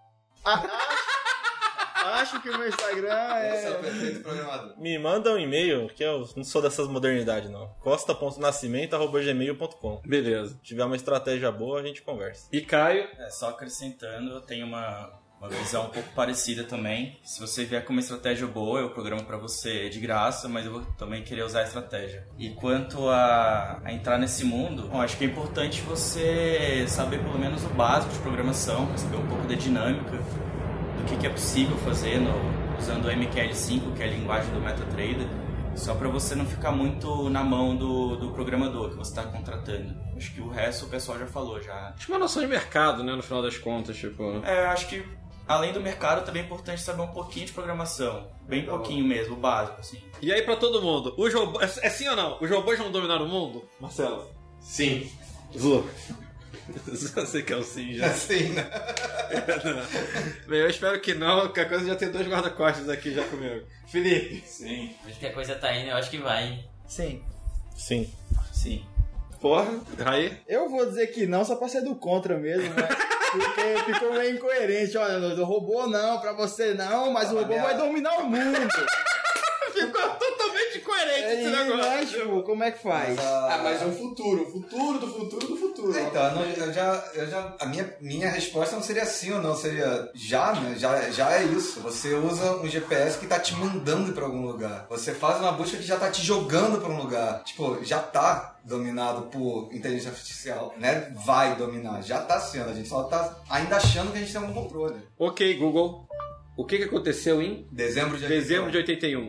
S5: Acho que o meu Instagram
S10: Esse é o
S5: é...
S10: perfeito programador.
S7: Me manda um e-mail, que eu não sou dessas modernidades, não. costa ponto nascimento arroba gmail ponto com.
S3: Beleza.
S7: Se tiver uma estratégia boa, a gente conversa.
S3: E Caio?
S6: É, só acrescentando, eu tenho uma, uma visão um pouco parecida também. Se você vier com uma estratégia boa, eu programo pra você de graça, mas eu vou também querer usar a estratégia. E quanto a, a entrar nesse mundo, bom, acho que é importante você saber pelo menos o básico de programação, pra saber um pouco da dinâmica, do que, que é possível fazer no, usando o M Q L cinco, que é a linguagem do MetaTrader, só para você não ficar muito na mão do, do programador que você está contratando. Acho que o resto o pessoal já falou, já.
S3: Acho uma noção de mercado, né? No final das contas, tipo...
S6: É, acho que além do mercado também é importante saber um pouquinho de programação. Bem pouquinho mesmo, o básico, assim.
S3: E aí pra todo mundo, os robôs... É, é sim ou não? Os robôs vão dominar o mundo? Marcelo?
S8: Sim.
S3: Zu. Você que é o sim já.
S10: Assim, né?
S3: Bem, eu espero que não, qualquer coisa já tem dois guarda-costas aqui já comigo. Felipe.
S4: Sim.
S11: Acho que a coisa tá indo, eu acho que vai, hein?
S5: Sim.
S7: Sim.
S6: Sim.
S3: Porra, aí?
S5: Eu vou dizer que não, só pra ser do contra mesmo, mas... Porque ficou meio incoerente. Olha, do robô não, pra você não, mas o robô vai dominar o mundo.
S3: Ficou totalmente incoerente
S5: É
S3: esse
S5: isso,
S3: negócio.
S5: né, tipo, como é que faz?
S10: Ah,
S4: mas é o futuro, o futuro do futuro do futuro.
S10: Então, eu, não- eu já, eu já, a minha, minha resposta não seria sim ou não, seria já, né? Já, já é isso. Você usa um G P S que tá te mandando pra algum lugar. Você faz uma busca que já tá te jogando pra um lugar. Tipo, já tá dominado por inteligência artificial, né? Vai dominar, já tá sendo. A gente só tá ainda achando que a gente tem algum controle.
S3: Ok, Google. O que, que aconteceu em
S10: Dezembro de
S3: dezembro de oitenta e um?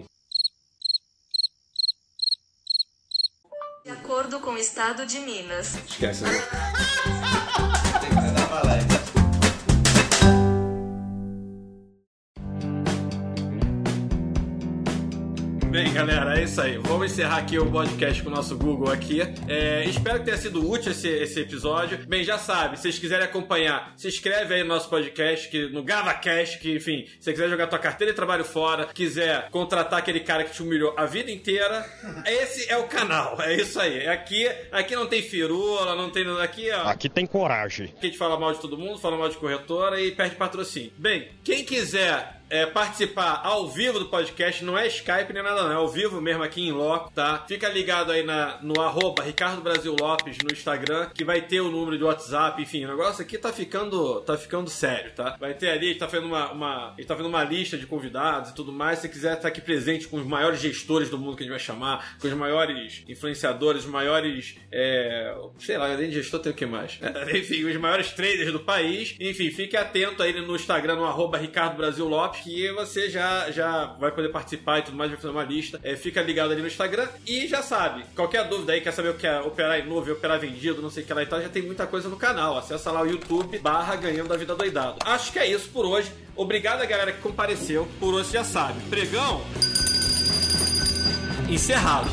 S12: De acordo com o estado de Minas.
S3: Esquece, né?
S10: Tem que mandar pra lá.
S3: Bem, galera, é isso aí. Vamos encerrar aqui o podcast com o nosso Google aqui. É, espero que tenha sido útil esse, esse episódio. Bem, já sabe, se vocês quiserem acompanhar, se inscreve aí no nosso podcast, que, no GavaCast, que, enfim, se você quiser jogar tua carteira de trabalho fora, quiser contratar aquele cara que te humilhou a vida inteira, esse é o canal. É isso aí. Aqui, aqui não tem firula, não tem... Aqui, ó,
S13: Aqui tem coragem.
S3: aqui a gente fala mal de todo mundo, fala mal de corretora e perde patrocínio. Bem, quem quiser... É, participar ao vivo do podcast, não é Skype nem nada não, é ao vivo mesmo aqui em loco, tá? Fica ligado aí na, no arroba Ricardo Brasil Lopes no Instagram, que vai ter o número de WhatsApp, enfim, o negócio aqui tá ficando, tá ficando sério, tá? Vai ter ali, a gente tá fazendo uma, uma, a gente tá fazendo uma lista de convidados e tudo mais, se você quiser estar aqui presente com os maiores gestores do mundo que a gente vai chamar, com os maiores influenciadores, os maiores, é, sei lá, além de gestor tem o que mais? Enfim, os maiores traders do país, enfim, fique atento aí no Instagram, no arroba Ricardo Brasil Lopes, que você já, já vai poder participar e tudo mais, vai fazer uma lista. É, fica ligado ali no Instagram e já sabe, qualquer dúvida aí, quer saber o que é operar em nuvem, operar vendido, não sei o que lá e tal, já tem muita coisa no canal. Acessa lá o YouTube barra Ganhando a Vida Doidado. Acho que é isso por hoje. Obrigado a galera que compareceu. Por hoje já sabe. Pregão encerrado.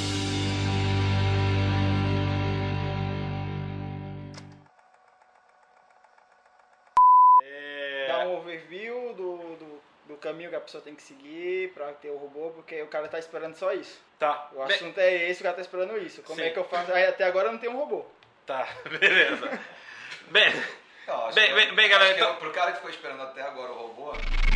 S5: Dá um overview do, do, do caminho que a pessoa tem que seguir pra ter o robô, porque o cara tá esperando só isso.
S3: Tá.
S5: O
S3: Bem-
S5: assunto é esse, o cara tá esperando isso. Como
S3: Sim.
S5: é que eu faço? Aí, até agora eu não tenho um robô.
S3: Tá, beleza. Bem,
S10: Não, acho
S3: bem,
S10: que-
S3: bem, bem, galera,
S10: acho que
S3: então...
S10: pro cara que ficou esperando até agora o robô,